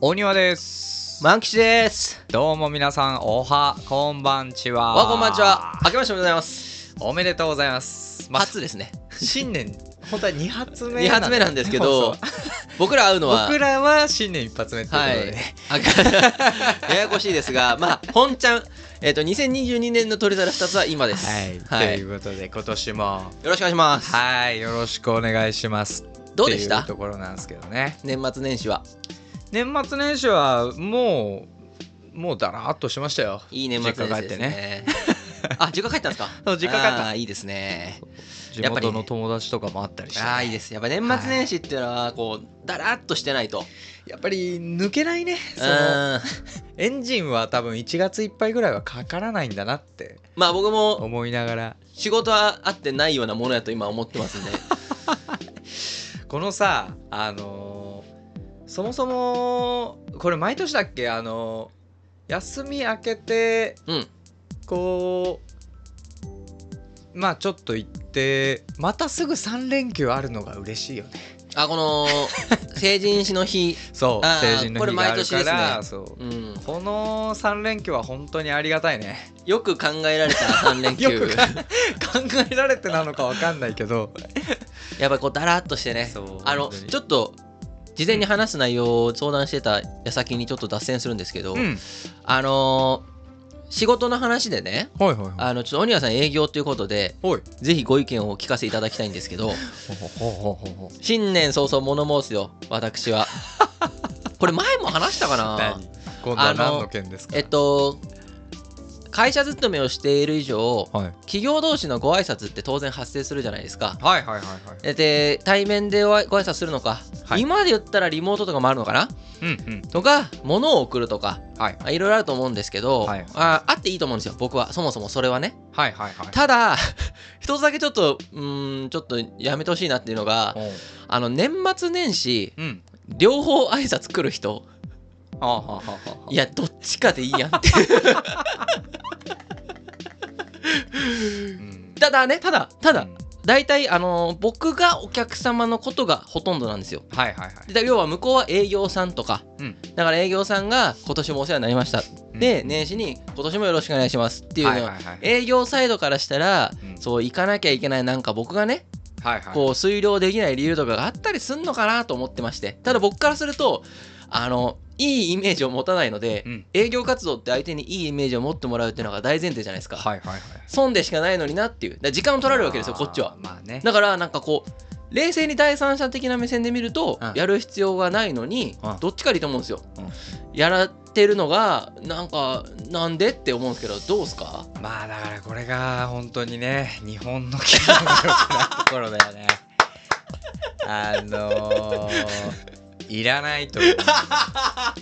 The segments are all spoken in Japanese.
大庭です。 万吉です。 どうも皆さん、おはこんばんちは。 こんばんちは。明けましておめでとうございます。 おめでとうございます。 初ですね。 新年本当は2発目 2発目なんですけど僕ら会うのは新年1発目っていうことでね、 ややこしいですが、まあ本ちゃん2022年の取り皿2つは今です。 はい、ということで今年もよろしくお願いします。 はい、よろしくお願いします。 どうでした？ っていうところなんですけどね。 年末年始はもうだらーっとしましたよ。 いい年末年始ですね。あ、実家帰ったんですか？ そう、実家帰った。 いいですね。 地元の友達とかもあったりして、ね、 いいです。やっぱ年末年始っていうのはこうだらっとしてないとやっぱり抜けないね。そのエンジンは多分1月いっぱいぐらいはかからないんだなってまあ僕も思いながら、 仕事はあってないようなものやと今思ってますんでこのさそもそもこれ毎年だっけ、休み明けて、こうまあちょっと行ってまたすぐ3連休あるのが嬉しいよね。 この成人史の日そう、成人の日があるから、 これ毎年ですね。 そう、この3連休は本当にありがたいね。 よく考えられた3連休よく考えられてなのか分かんないけどやっぱこうだらっとしてね、ちょっと事前に話す内容を相談してた矢先にちょっと脱線するんですけど、仕事の話でね、ちょっと鬼羽さん営業ということで、ぜひご意見を聞かせていただきたいんですけど新年早々物申すよ、私はこれ前も話したかな。 今度は何の件ですか？ 会社勤めをしている以上、企業同士のご挨拶って当然発生するじゃないですか。で対面でご挨拶するのか、今で言ったらリモートとかもあるのかな、とか物を送るとか、いろいろあると思うんですけど、あっていいと思うんですよ、僕は。そもそもそれはね。ただ一つだけちょっとやめてほしいなっていうのが、年末年始、両方挨拶来る人、いやどっちかでいいやんってただ大体僕がお客様のことがほとんどなんですよ。要は向こうは営業さんとか、だから営業さんが今年もお世話になりました、で年始に今年もよろしくお願いしますっていうのは、営業サイドからしたら、そう行かなきゃいけない、なんか僕がね、こう推量できない理由とかがあったりすんのかなと思ってまして、ただ僕からするといいイメージを持たないので、営業活動って相手にいいイメージを持ってもらうっていうのが大前提じゃないですか。損でしかないのになっていう、時間を取られるわけですよ、こっちは。だからなんかこう冷静に第三者的な目線で見ると、やる必要がないのに、どっちかでいいと思うんですよ。やらってるのがなんでって思うんですけど、どうですか？ まあだからこれが本当にね、日本の企業の良くないところだよね。いらないと思う。だ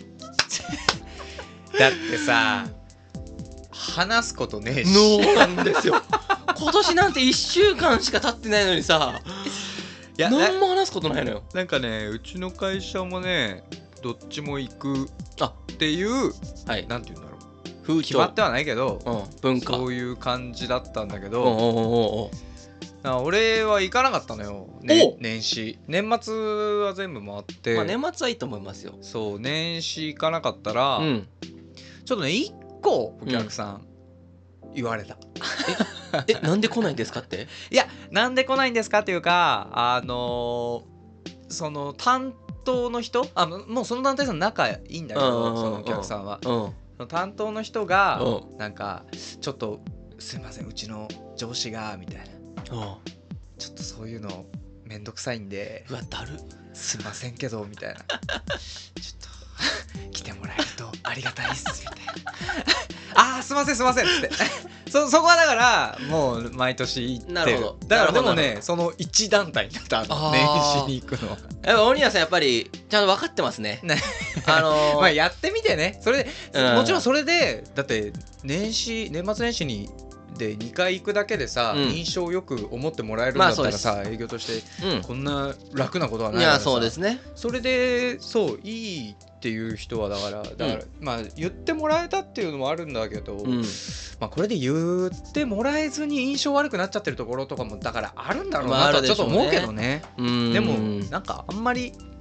ってさ、話すことねえし。 そうなんですよ。今年なんて1週間しか経ってないのにさ、何も話すことないのよ。 なんかね、うちの会社もね、どっちも行くっていう、なんていうんだろう、風決まってはないけど、 文化、 そういう感じだったんだけど、俺は行かなかったのよ、年始。年末は全部回って、 年末はいいと思いますよ。 そう、年始行かなかったら、ちょっとね、1個お客さん言われた。 なんで来ないんですかって？ いや、なんで来ないんですかっていうか、その担当の人、もうその団体さん仲いいんだけど、そのお客さんは、その担当の人がなんかちょっとすいません、うちの上司がみたいな、ちょっとそういうのめんどくさいんで、 だる、 すいませんけどみたいな、ちょっと来てもらえるとありがたいっすみたいなすいませんっつってそこはだからもう毎年行ってる。 なるほど。 だからでもね、その一団体になった、年始に行くのは。 やっぱ鬼谷さんやっぱりちゃんと分かってますね。 まあやってみてね。それで、もちろんそれでだって年末年始にで2回行くだけでさ、印象よく思ってもらえるんだったらさ、営業としてこんな楽なことはないからさ。 そうですね。 それでそういいっていう人はだからまあ言ってもらえたっていうのもあるんだけど、まあこれで言ってもらえずに印象悪くなっちゃってるところとかもだからあるんだろうなとちょっと思うけどね。でもなんかあんまり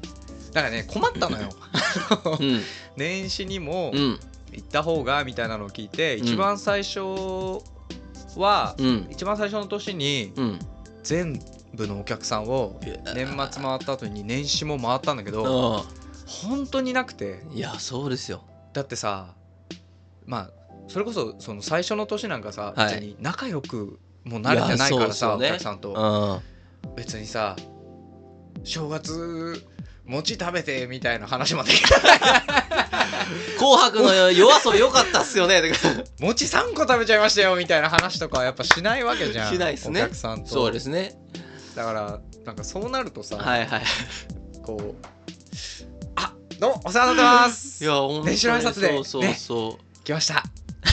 だからね困ったのよ年始にも行った方がみたいなのを聞いて、一番最初は、一番最初の年に全部のお客さんを年末回った後に年始も回ったんだけど、本当になくて。 いやそうですよ。 だってさ、まあそれこそその最初の年なんかさ、別に仲良くも慣れてないからさ、お客さんと別にさ正月餅食べてみたいな話もできない紅白の夜遊び良かったっすよね餅3個食べちゃいましたよみたいな話とかはやっぱしないわけじゃん。 しないですね、 お客さんと。 そうですね。 だからなんかそうなるとさ、 はいはい、 こうあどうもお世話になってます。 いや本当に年始の挨拶でそうそう、 来ました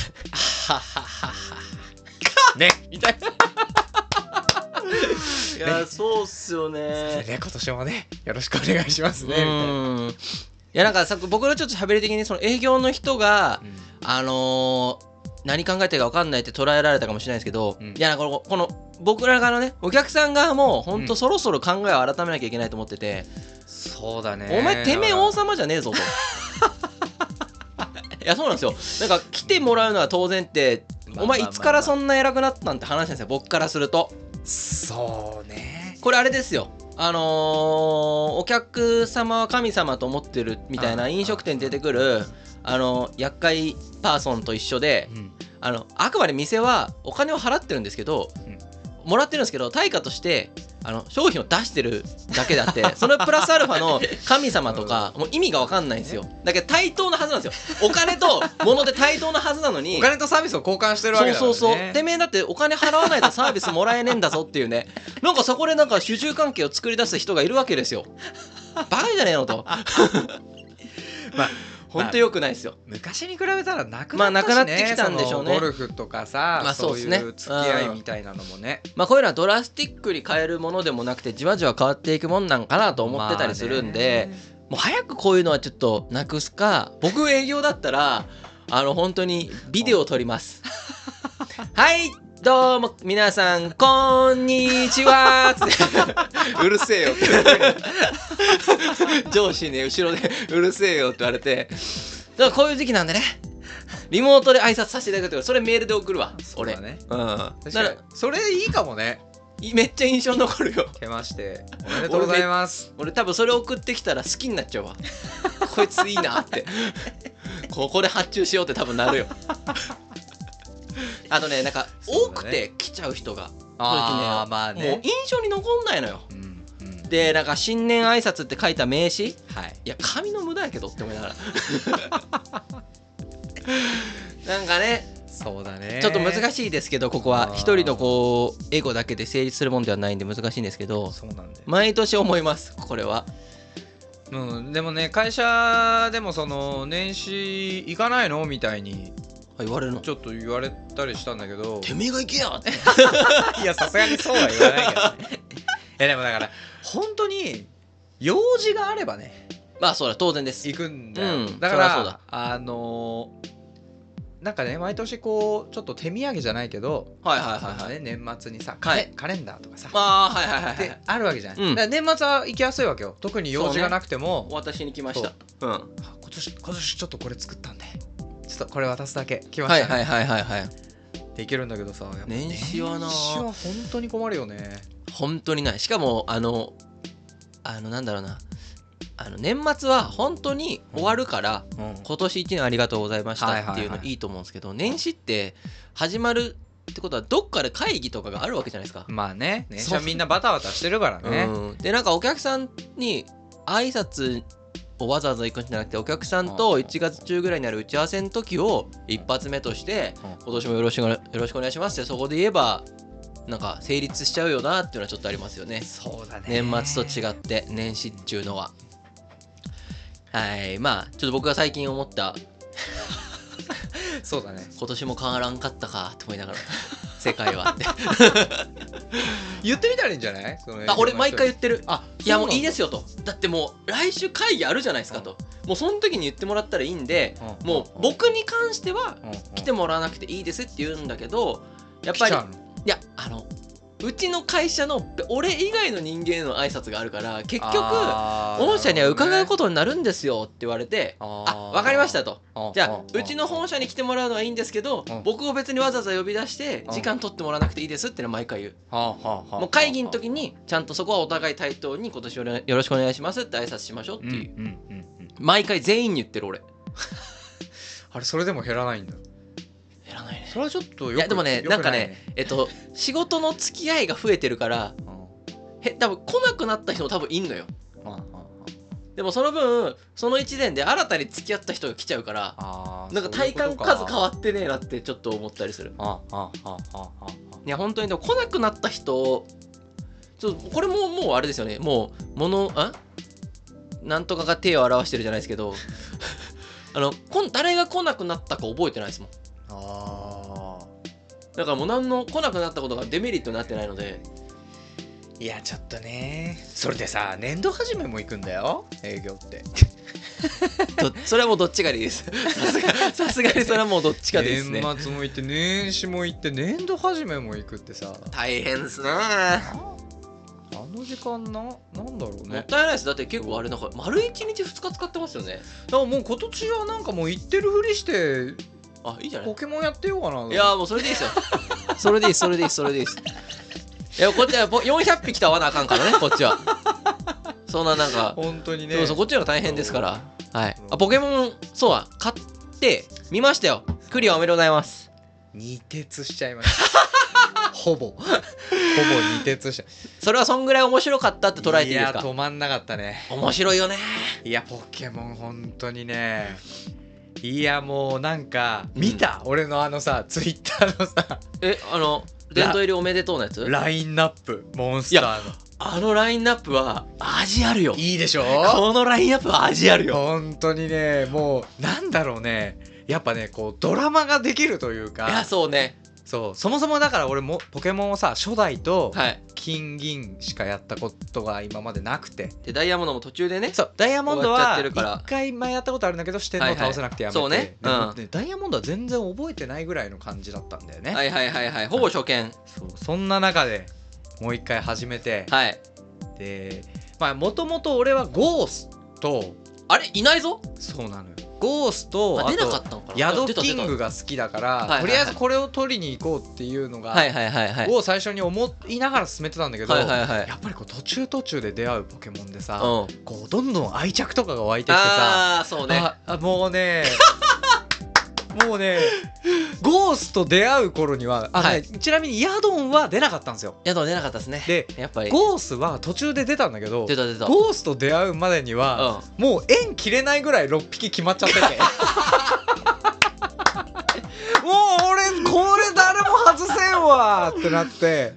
ねみたいな。 いやそうっすよね。 今年もねよろしくお願いしますねみたいな。 いやなんかさ、僕のちょっと喋り的にその営業の人が、何考えてるか分かんないって捉えられたかもしれないですけど、いやこの僕ら側のねお客さん側もほんとそろそろ考えを改めなきゃいけないと思ってて、 そうだね、 お前てめえ王様じゃねえぞといやそうなんですよ。なんか来てもらうのは当然って、お前いつからそんな偉くなったんって話なんですよ、僕からすると。 そうね、 これあれですよ、お客様は神様と思ってるみたいな飲食店出てくる厄介パーソンと一緒で、あくまで店はお金を払ってるんですけど、もらってるんですけど対価として商品を出してるだけであってそのプラスアルファの神様とかもう意味が分かんないんですよ。だけど対等なはずなんですよ。お金と物で対等なはずなのにお金とサービスを交換してるわけだからね。 そうてめえだってお金払わないとサービスもらえねえんだぞっていうね、なんかそこでなんか主従関係を作り出す人がいるわけですよ。バカじゃねえのとまあ本当良くないですよ。 昔に比べたらなくなったしね、 なくなってきたんでしょうね。 ゴルフとかさ、そういう付き合いみたいなのもね、 こういうのはドラスティックに変えるものでもなくてじわじわ変わっていくもんなんかなと思ってたりするんで、もう早くこういうのはちょっとなくすか、僕営業だったら本当にビデオを撮りますはいどうも皆さんこんにちはつってうるせえよって上司に後ろでうるせえよって言われて、だからこういう時期なんでねリモートで挨拶させていただくとか、それメールで送るわ俺。だね、だからそれいいかもね。 めっちゃ印象残るよ。 けましておめでとうございます。 俺多分それ送ってきたら好きになっちゃうわこいついいなってここで発注しようって多分なるよあとねなんか多くて来ちゃう人が、 まあね、 もう印象に残んないのよ。でなんか新年挨拶って書いた名刺、いや紙の無駄やけどって思いながらなんかね、 そうだね、 ちょっと難しいですけど、ここは一人のこうエゴだけで成立するもんではないんで難しいんですけど、 そうなんで毎年思いますこれは。 でもね会社でもその年始行かないのみたいに言われるの、 ちょっと言われたりしたんだけど、 てめえが行けやっていやさすがにそうは言わないけどねいやでもだから本当に用事があればね、 まあそうだ当然です行くんだよ、だからなんかね毎年こうちょっと手土産じゃないけど、年末にさカレンダーとかさってあるわけじゃない、だから年末は行きやすいわけよ。特に用事がなくても私に来ました、 今年ちょっとこれ作ったんでちょっとこれ渡すだけ来ましたねでいけるんだけどさ、 年始は本当に困るよね。 本当にない。しかもなんだろうな、年末は本当に終わるから、今年1年ありがとうございましたっていうのいいと思うんですけど、年始って始まるってことはどっかで会議とかがあるわけじゃないですか。 まあね、年始はみんなバタバタしてるからね、 でなんかお客さんに挨拶をわざわざ行くんじゃなくて、お客さんと1月中ぐらいにある打ち合わせの時を一発目として今年もよろしくお願いしますってそこで言えばなんか成立しちゃうよなっていうのはちょっとありますよね。 そうだね、 年末と違って年始っていうのは。まあちょっと僕が最近思ったそうだね、 今年も変わらんかったかと思いながら世界はって言ってみたらいいんじゃない？ 俺毎回言ってる。いやもういいですよと、だってもう来週会議あるじゃないですかと、もうその時に言ってもらったらいいんで、もう僕に関しては来てもらわなくていいですって言うんだけど、やっぱりいやうちの会社の俺以外の人間への挨拶があるから結局御社には伺うことになるんですよって言われて、分かりましたと、じゃあうちの本社に来てもらうのはいいんですけど、僕を別にわざわざ呼び出して時間取ってもらわなくていいですってのは毎回言う。もう会議の時にちゃんとそこはお互い対等に今年よろしくお願いしますって挨拶しましょうっていう、毎回全員に言ってる俺。 あれそれでも減らないんだ。 減らないね。 それはちょっといやでもね、なんかね仕事の付き合いが増えてるから多分来なくなった人も多分いんのよ。でもその分その1年で新たに付き合った人が来ちゃうから、なんか体感数変わってねえなってちょっと思ったりする。いや本当にでも来なくなった人、これももうあれですよね、もうなんとかが手を表してるじゃないですけど誰が来なくなったか覚えてないですもん。だからもう何の来なくなったことがデメリットになってないので。 いやちょっとね、それでさ年度始めも行くんだよ営業ってそれはもうどっちがいいです。さすがにそれはもうどっちかですね。 年末も行って年始も行って年度始めも行くってさ大変ですね。 あの時間なんだろうね。 もったいないです。だって結構あれなんか丸1日2日使ってますよね。 だからもう今年はなんかもう行ってるふりしていいじゃない、 ポケモンやってようかな。 いやもうそれでいいですよ。それでいいそれでいいそれでいいです。いやこっちは400匹と会わなあかんからねこっちは。そんななんか本当にね。 そうこっちの方が大変ですから。はい。ポケモンそうは買って見ましたよ。クリアおめでとうございます。 二徹しちゃいました。ほぼ二徹しちゃう。 それはそんぐらい面白かったって捉えていいですか。 いや止まんなかったね。 面白いよね。 いやポケモン本当にね。いやもうなんか見た、俺のさツイッターのさ殿堂入りおめでとうのやつラインナップモンスターのラインナップは味あるよ。 いいでしょ。 このラインナップは味あるよ本当にね。もうなんだろうね、やっぱねこうドラマができるというか。 いやそうね。 そもそもだから俺もポケモンをさ初代と金銀しかやったことが今までなくて、 でダイヤモンドも途中でね。 そうダイヤモンドは1回前やったことあるんだけど四天王倒せなくてやめて、そうね、ダイヤモンドは全然覚えてないぐらいの感じだったんだよね。 はいほぼ初見。 そんな中でもう一回始めて、でもともと俺はゴースとあれいないぞ。 そうなのよ。ゴースと出なかったのかな。 ヤドキングが好きだからとりあえずこれを取りに行こうっていうのがを最初に思いながら進めてたんだけど、やっぱりこう途中で出会うポケモンでさ、こうどんどん愛着とかが湧いてきてさ、もうねゴースと出会う頃にはちなみにヤドンは出なかったんですよ。 ヤドン出なかったですね。 でやっぱりゴースは途中で出たんだけど、 ゴースと出会うまでにはもう縁切れないぐらい6匹決まっちゃっててもう俺これ誰も外せんわってなって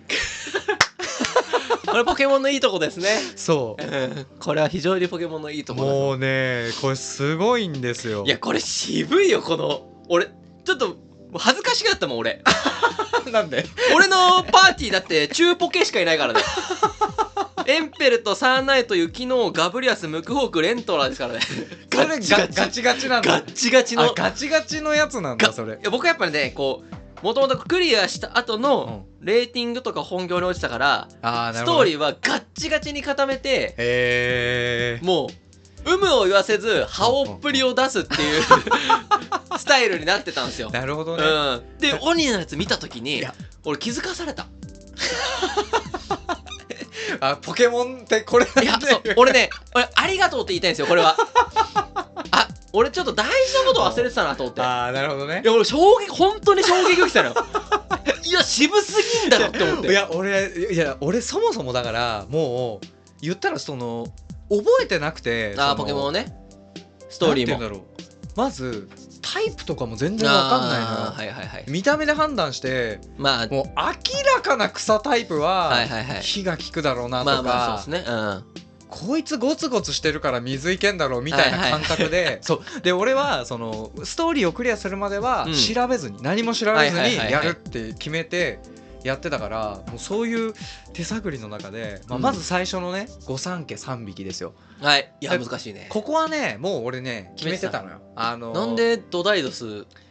これポケモンのいいとこですね。 そうこれは非常にポケモンのいいとこだ。 もうねこれすごいんですよ。 いやこれ渋いよ。この俺ちょっと恥ずかしくなったもん俺。 なんで俺のパーティーだって中ポケしかいないからね。エンペルとサーナイト、ユキノー、ガブリアス、ムクホーク、レントラですからね。 ガチガチなんだ。 ガチガチのガチガチのやつなんだそれ。 いや僕はやっぱりねこうもともとクリアした後のレーティングとか本業に落ちたから、ストーリーはガッチガチに固めて、もう有無を言わせず覇王っぷりを出すっていうスタイルになってたんですよ。 なるほどね。 で鬼のやつ見た時に俺気づかされた。 ポケモンってこれいやそう俺ありがとうって言いたいんですよこれは。俺ちょっと大事なこと忘れてたなと思って。 なるほどね。 いや俺本当に衝撃が来たのよ。いや渋すぎんだろって思って。 いや俺そもそもだからもう言ったら覚えてなくて、 ポケモンねストーリーもなんて言うんだろう、まずタイプとかも全然わかんないのよ。見た目で判断してもう明らかな草タイプは火が効くだろうなとか、こいつゴツゴツしてるから水いけんだろうみたいな感覚で、で俺はそのストーリーをクリアするまでは調べずに何も調べずにやるって決めてやってたから、もうそういう手探りの中でまず最初のね御三家3匹ですよ。 いや難しいね。 ここはねもう俺ね決めてたのよ。 なんでドダイドス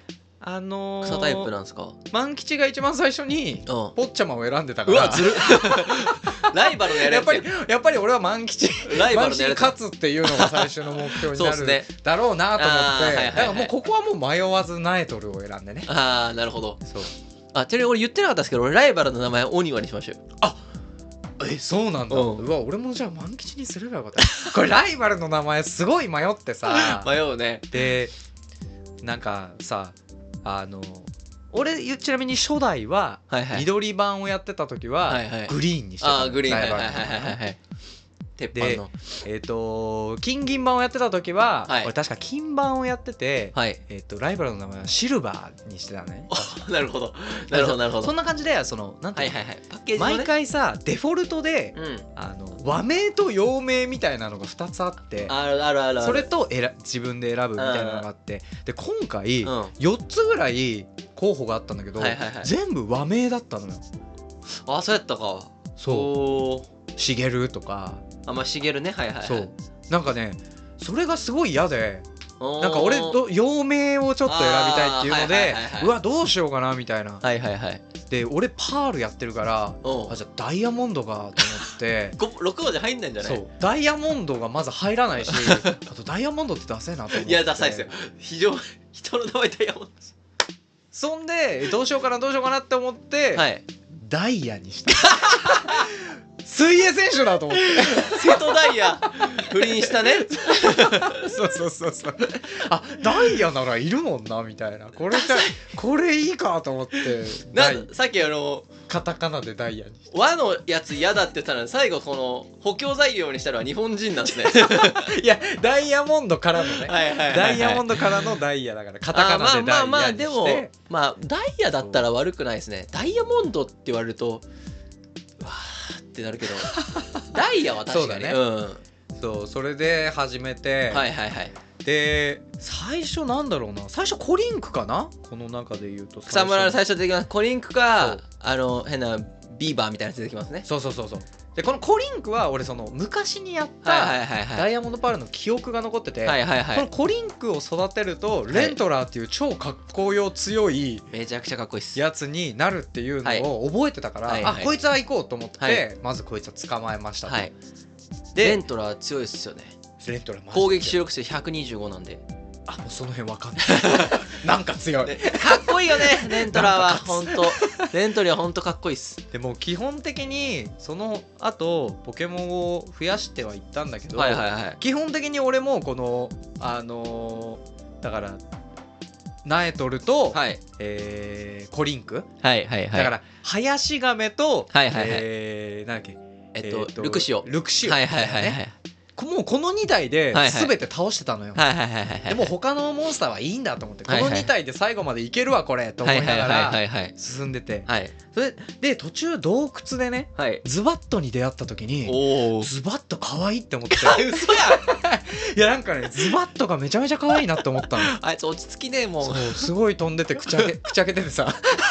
草タイプなんですか？ 万吉が一番最初にポッチャマを選んでたから。 うわずるライバルのやるやつやっぱり俺は万吉ライバルのやるやつ勝つっていうのが最初の目標になるだろうなと思ってだからもうここはもう迷わずナエトルを選んでね。 ああなるほど。 そうちなみに俺言ってなかったですけど俺ライバルの名前オニワにしましょう。 そうなんだ。うわ俺もじゃあ万吉にすればよかった。これライバルの名前すごい迷ってさ迷うね。 でなんかさ俺ちなみに初代は緑版をやってた時はグリーンにしてた。 グリーンはいはいはいはい鉄板の金銀版をやってた時は俺確か金版をやっててライバルの名前はシルバーにしてたね。 なるほどなるほどなるほど。 そんな感じでなんていうのパッケージ毎回さデフォルトで和名と洋名みたいなのが2つあってそれと自分で選ぶみたいなのがあってで今回4つぐらい候補があったんだけど全部和名だったのよ。 そうやったか。 そうしげるとかしげるね。はいはいそうなんかねそれがすごい嫌でなんか俺洋名をちょっと選びたいっていうのでうわどうしようかなみたいな。で俺パールやってるからじゃあダイヤモンドかと思って 6文字入んないんじゃない？ そうダイヤモンドがまず入らないしあとダイヤモンドってダセえなと思って。 いやダサいですよ非常に人の名前ダイヤモンド。 そんでどうしようかなって思ってダイヤにした水泳選手だと思って瀬戸大也不倫したねそうダイヤならいるもんなみたいなこれいいかと思ってさっきカタカナでダイヤに和のやつ嫌だって言ったら最後この補強材料にしたら日本人なんですねいやダイヤモンドからのねダイヤモンドからのダイヤだからカタカナでダイヤにして。 でもダイヤだったら悪くないですね。ダイヤモンドって言われるとわーってなるけどダイヤは確かにそうそれで始めてで最初なんだろうな最初コリンクかなこの中で言うと草むらの最初出てきますコリンクか変なビーバーみたいなやつ出てきますね。 そうでこのコリンクは俺その昔にやったダイヤモンドパールの記憶が残っててこのコリンクを育てるとレントラーっていう超かっこよ強いめちゃくちゃかっこいいっすやつになるっていうのを覚えてたからこいつは行こうと思ってまずこいつは捕まえましたと。 レントラー強いっすよね。攻撃主力数125なんでもうその辺わかんないなんか強い、 かっこいいよねレントラーは本当レントリーは本当かっこいいっす。 でも基本的にその後ポケモンを増やしてはいったんだけど基本的に俺もこのだからナエトルとコリンクだから林亀となんだっけルクシオもうこの2体で全て倒してたのよ。でも他のモンスターはいいんだと思ってこの2体で最後までいけるわこれと思いながら進んでてそれで途中洞窟でねズバットに出会った時にズバット可愛いって思って嘘やいやなんかねズバットがめちゃめちゃ可愛いなって思ったの。 あいつ落ち着きねえもん。 すごい飛んでて口開けててさ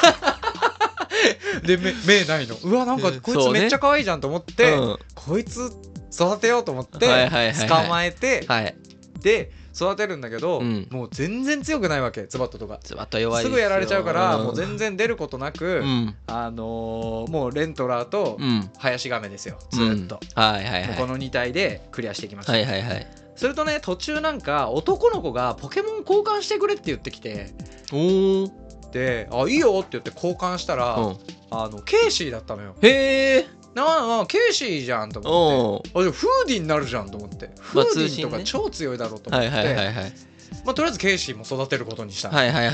で目ないのうわなんかこいつめっちゃ可愛いじゃんと思ってこいつ育てようと思って捕まえてで育てるんだけどもう全然強くないわけズバットとかすぐやられちゃうからもう全然出ることなくもうレントラーと林亀ですよずっとこの2体でクリアしていきました。するとね途中なんか男の子がポケモン交換してくれって言ってきてでいいよって言って交換したらケイシーだったのよ。 へえケイシーじゃんと思ってフーディーになるじゃんと思ってフーディーとか超強いだろうと思ってとりあえずケイシーも育てることにした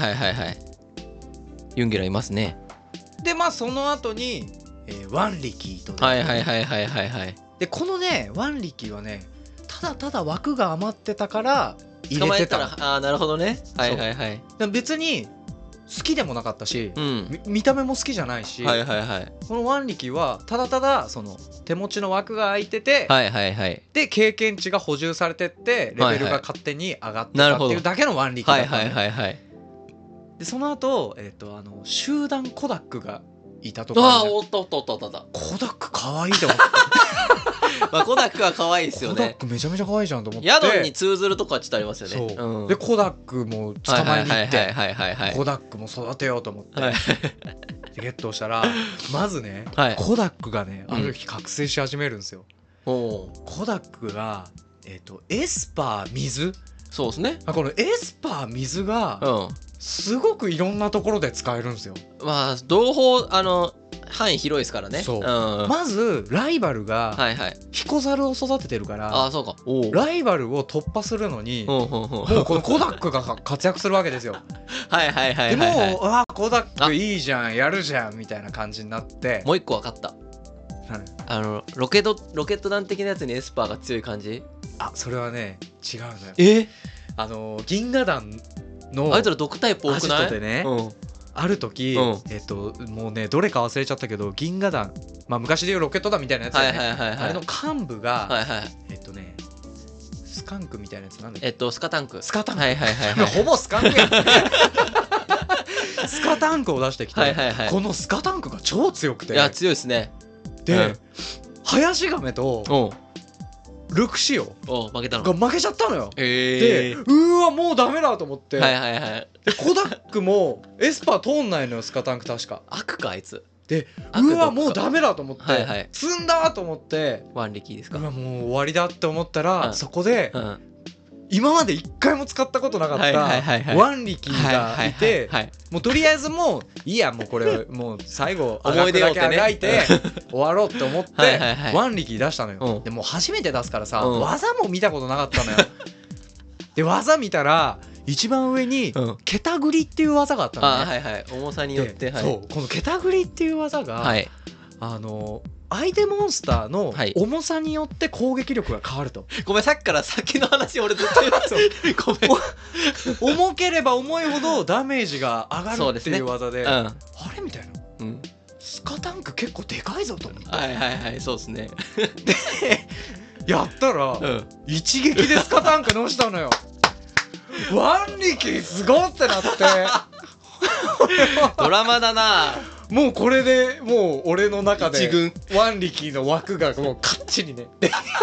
ユンゲラいますね。 でその後にワンリキーとでこのねワンリキーはねただただ枠が余ってたから入れてたの。 なるほどね別に好きでもなかったし、見た目も好きじゃないし、このワンリキはただただその手持ちの枠が空いてて、で経験値が補充されてってレベルが勝手に上がってたっていうだけのワンリキだったのでその後集団コダックがいたとかおったコダック可愛いと思ってまあコダックは可愛いですよね。 コダックめちゃめちゃ可愛いじゃんと思って、 ヤドンに通ずるとこはちょっとありますよね。 そう、 うん、 でコダックも捕まえに行ってコダックも育てようと思って、 はい、 ゲットしたらまずね、 はい、 コダックがねある日覚醒し始めるんですよ、 うん、 コダックがエスパー水、 そうですね。 このエスパー水が、すごくいろんなところで使えるんですよ。 まあ同胞範囲広いですからね。 そう、まずライバルがヒコザルを育ててるから、 そうか、 ライバルを突破するのにもうこのコダックが活躍するわけですよ。 はいはいはいはい、 でもうコダックいいじゃんやるじゃんみたいな感じになって、 もう一個分かった。ロケット弾的なやつにエスパーが強い感じ。 それはね違うのよ。銀河団のあいつら毒タイプ多くない？ アジトでね、ある時、もうねどれか忘れちゃったけど銀河団、まあ昔でいうロケット団みたいなやつだね、あれの幹部が、スカンクみたいなやつなんだっけ、 スカタンク、 はいほぼスカンクやんスカタンクを出してきて、このスカタンクが超強くて、 いや強いですね。 で、林亀とルクシオ負けたのが負けちゃったのよ。でわもうダメだと思って、でコダックもエスパー通んないのよ、スカタンク確か。 悪かあいつで、わもうダメだと思って、積んだと思って、 ワン力ですか。 もう終わりだって思ったら、そこで今まで一回も使ったことなかったワン力がいて、もうとりあえずもういいや、もうこれもう最後思い出だけ描いて終わろうって思ってワン力出したのよ。でも初めて出すからさ、技も見たことなかったのよ。で技見たら一番上にケタグリっていう技があったのね。 重さによって、 そうこのケタグリっていう技が相手モンスターの重さによって攻撃力が変わると。 ごめん、さっきから先の話俺ずっと言ってごめん。 重ければ重いほどダメージが上がるっていう技で、あれみたいな、スカタンク結構でかいぞと思って、 そうですね。 でやったら一撃でスカタンクのしたのよ。ワン力すごってなってドラマだな。 もうこれでもう俺の中でワン力の枠がもうかっちりね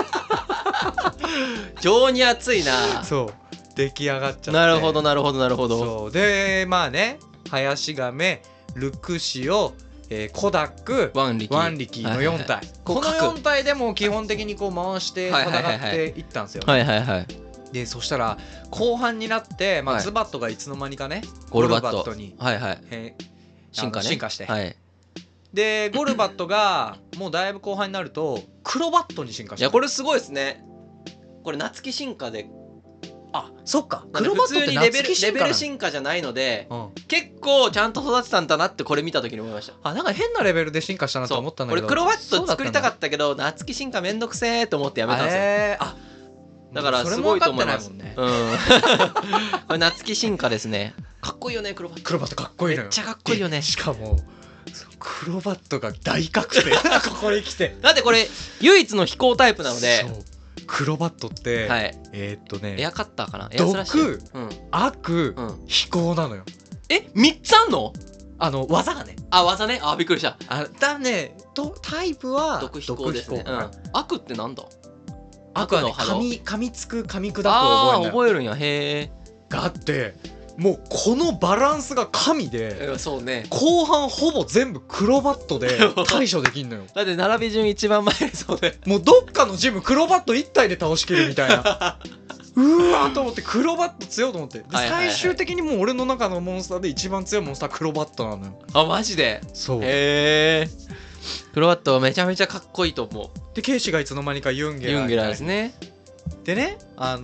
情に熱いな。 そう出来上がっちゃって。 なるほどなるほどなるほど。 そうでまあね、林亀、ルクシオ、コダック、ワン力の4体、この4体でも基本的にこう回して戦っていったんですよ。でそしたら後半になって、ズバットがいつの間にかねゴルバットに進化して、でゴルバットがもうだいぶ後半になるとクロバットに進化して、 いやこれすごいですね。これ夏木進化で、 そっか、 クロバットってレベル進化じゃないので、結構ちゃんと育てたんだなってこれ見た時に思いました。 なんか変なレベルで進化したなと思ったんだけど、 俺クロバット作りたかったけど夏木進化めんどくせーと思ってやめたんですよ。だからすごいと思います。これ夏木進化ですね。かっこいいよね、クロバット。 クロバットかっこいいのよ。 めっちゃかっこいいよね。 しかもクロバットが大覚醒ここに来て。 だってこれ唯一の飛行タイプなので、 クロバットってエアカッターかな、 毒、悪、飛行なのよ。 3つあんの？ 技がね。 技ね。びっくりした。 だね、タイプは毒飛行ですね。悪ってなんだ？ 悪はね、噛みつく噛み砕くを覚えるんや。へえ。 があってもうこのバランスが神で、 そうね、 後半ほぼ全部クロバットで対処できんのよ。 だって並び順一番前そうで、 もうどっかのジムクロバット1体で倒しきるみたいなうわーと思って、クロバット強いと思って、最終的にもう俺の中のモンスターで一番強いモンスタークロバットなのよ。 マジで？ そう。 へえ。クロバットめちゃめちゃかっこいいと思う。 でケイシがいつの間にかユンゲラですね。 でね、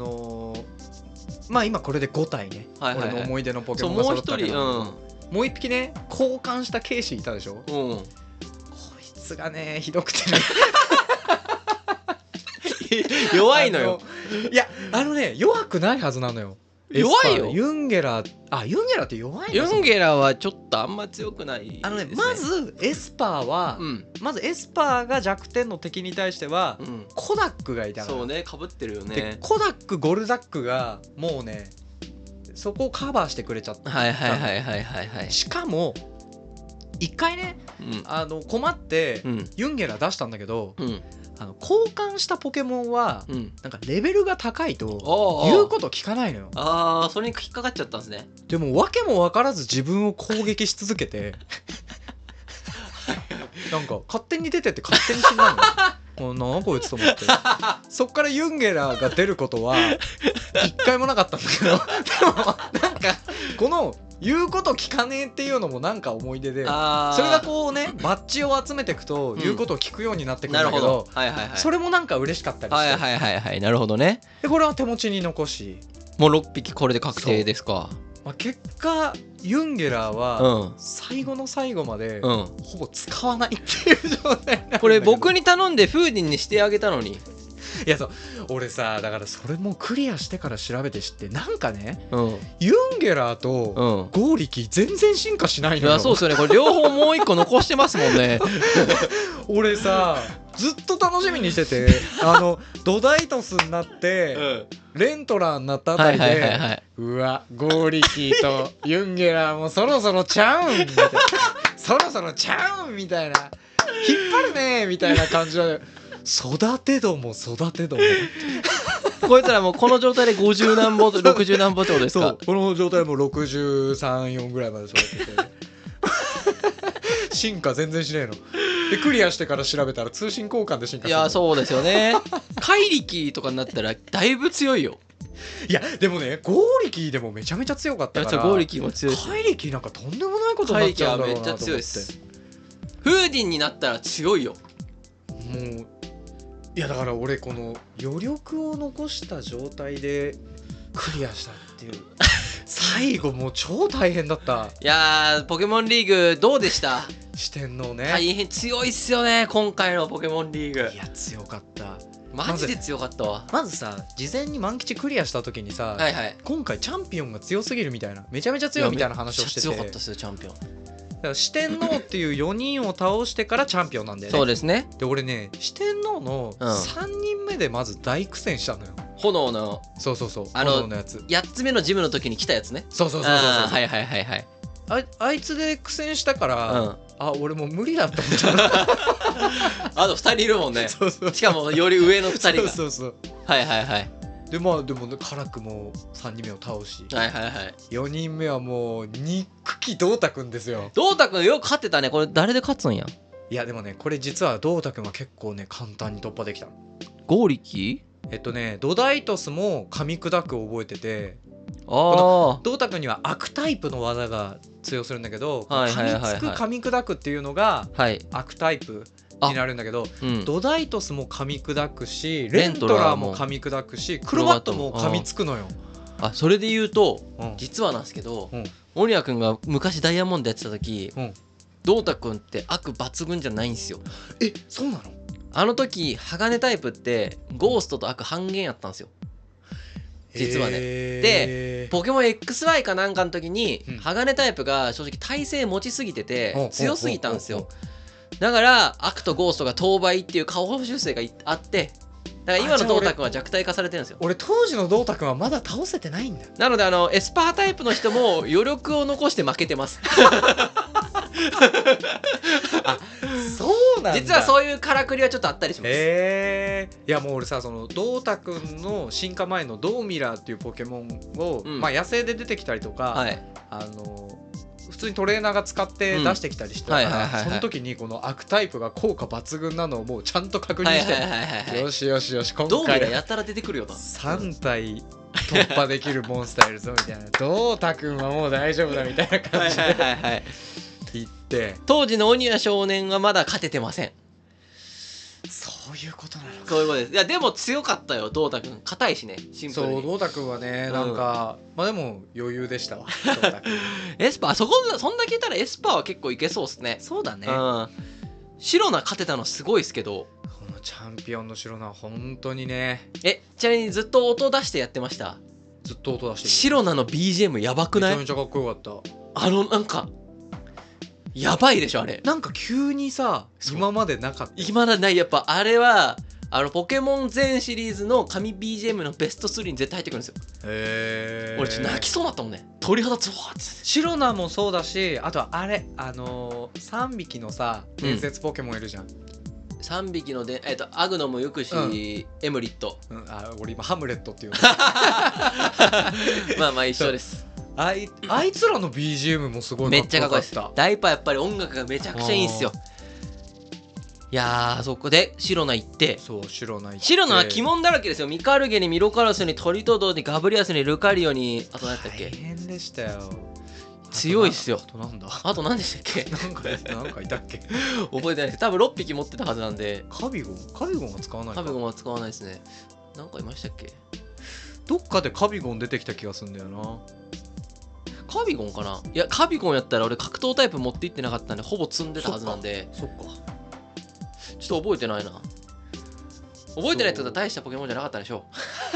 今これで5体ね、俺の思い出のポケモンが揃ったけど、もう1匹ね交換したケイシいたでしょ。こいつがねひどくてね弱いのよ。 いや弱くないはずなのよ。 弱いよ。 ユンゲラって弱いの？ ユンゲラはちょっとあんま強くないですね。 まずエスパーは、エスパーが弱点の敵に対しては、コダックがいたから。 そうね、かぶってるよね。 でコダック、ゴルダックがもうねそこをカバーしてくれちゃった。しかも一回ね、困ってユンゲラ出したんだけど、 交換したポケモンは、なんかレベルが高いと言うこと聞かないのよ。 ああ、それに引っかかっちゃったんですね。 でも訳も分からず自分を攻撃し続けてなんか勝手に出てって勝手に死んだのよ。なんだこいつと思ってそっからユンゲラが出ることは一回もなかったんだけどでもなんかこの言うこと聞かねえっていうのもなんか思い出で、それがこうねバッジを集めていくと言うことを聞くようになってくるんだけど、それもなんか嬉しかったりして、 はいはいはい、なるほどね。 でこれは手持ちに残し、 もう6匹これで確定ですか。 結果ユンゲラーは最後の最後までほぼ使わないっていう状態なんだけど、 これ僕に頼んでフーディンにしてあげたのに。 いやそう俺さ、だからそれもクリアしてから調べて知って、なんかね、ユンゲラーとゴーリキ全然進化しないのよ。 いやそうですよね、これ両方もう一個残してますもんね俺さずっと楽しみにしててドダイトスになって、レントラーになったあたりで、うわゴーリキとユンゲラーもそろそろちゃうんみたいなそろそろちゃうんみたいな、引っ張るねみたいな感じで育てどもこいつらもうこの状態で50何本60何本ってことですか。 そう、この状態も63、4ぐらいまで育てて進化全然しねえので、クリアしてから調べたら通信交換で進化する。 いやそうですよね怪力とかになったらだいぶ強いよ。 いやでもね、ゴーリキでもめちゃめちゃ強かったから、 ゴーリキも強いし、 怪力なんかとんでもないことになっちゃうんだろうなと思って。 怪力はめっちゃ強いです。フーディンになったら強いよ。 もういやだから俺この余力を残した状態でクリアしたっていう最後もう超大変だった。 いやーポケモンリーグどうでした？ 四天王ね、 大変強いっすよね今回のポケモンリーグ。 いや強かった、 マジで強かったわ。 まずさ、事前に満吉クリアした時にさ、今回チャンピオンが強すぎるみたいな、めちゃめちゃ強いみたいな話をしてて、 めっちゃ強かったっすよチャンピオン。 だから四天王っていう4人を倒してからチャンピオンなんだよね。 そうですね。 で俺ね、四天王の3人目でまず大苦戦したのよ。 炎のそう炎のやつ、 8つ目のジムの時に来たやつね。 そうはいはいはいはい。 あいつで苦戦したから、俺もう無理だって思っちゃったあと2人いるもんね。しかもより上の2人がそうはいはいはい。 でまあでも辛くも3人目を倒し、4人目はもう憎きドータくんですよ。 ドータくんよく勝ってたね。これ誰で勝つんや。 いやでもね、これ実はドータくんは結構ね簡単に突破できたの。 ゴーリキ？ ドダイトスも噛み砕くを覚えてて、 ドータくんには悪タイプの技が通用するんだけど、噛みつく噛み砕くっていうのが悪タイプになるんだけど、ドダイトスも噛み砕くし、レントラーも噛み砕くし、クロバットも噛みつくのよ。 それで言うと、実はなんですけど、森谷君が昔ダイヤモンドやってた時、ドータ君って悪抜群じゃないんですよ。 そうなの？ あの時鋼タイプってゴーストと悪半減やったんですよ実はね。でポケモン XY かなんかの時に鋼タイプが正直耐性持ちすぎてて強すぎたんですよ。だから悪とゴーストが当倍っていう下方修正があって、だから今のドータ君は弱体化されてるんですよ。 俺当時のドータ君はまだ倒せてないんだ。 なのでエスパータイプの人も余力を残して負けてますそうなんだ。 実はそういうからくりはちょっとあったりします。 いやもう俺さ、そのドータくんの進化前のドーミラーっていうポケモンを、野生で出てきたりとか、普通にトレーナーが使って出してきたりしてたから、その時にこの悪タイプが効果抜群なのをもうちゃんと確認して、よしよしよし今回ドーミラーやったら出てくるよな。 3体突破できるモンスターいるぞみたいなドータくんはもう大丈夫だみたいな感じで言って、 当時の鬼谷少年はまだ勝ててません。 そういうことなのか。 そういうことです。いやでも強かったよドータくん。硬いしね、シンプルに。 そうドータくんはね、なんかまあでも余裕でしたわエスパーそんだけ言ったらエスパーは結構いけそうっすね。 そうだね。 シロナ勝てたのすごいっすけど、 このチャンピオンのシロナは本当にね。 ちなみにずっと音出してやってました？ ずっと音出してる。 シロナの BGM やばくない？ めちゃめちゃかっこよかった。 なんかやばいでしょあれ。 なんか急にさ、今までなかった。 今までない。やっぱあれはポケモン全シリーズの神 BGM のベスト3に絶対入ってくるんですよ。俺ちょっと泣きそうだったもんね。鳥肌ツワーって。 シロナもそうだし、あとはあれ3匹のさ伝説ポケモンいるじゃん。 3匹のでアグノムユクシ、エムリット、 俺今ハムレットっていうまあまあ一緒です。 あいつらの BGM もすごいめっちゃかっこいいです。ダイパーやっぱり音楽がめちゃくちゃいいんですよ。いやそこでシロナ行って、 そうシロナは鬼門だらけですよ。ミカルゲにミロカラスにトリトドにガブリアスにルカリオに、あと何だったっけ。 大変でしたよ。 強いっすよ。 あと何でしたっけ。 なんかいたっけ覚えてないです。多分6匹持ってたはずなんで。 カビゴンは使わないか。 カビゴンは使わないですね。なんかいましたっけ。 どっかでカビゴン出てきた気がするんだよな。 カビゴンかな。いやカビゴンやったら俺格闘タイプ持っていってなかったんで、ほぼ積んでたはずなんで。 そっかちょっと覚えてないな。覚えてないってことは大したポケモンじゃなかったでしょ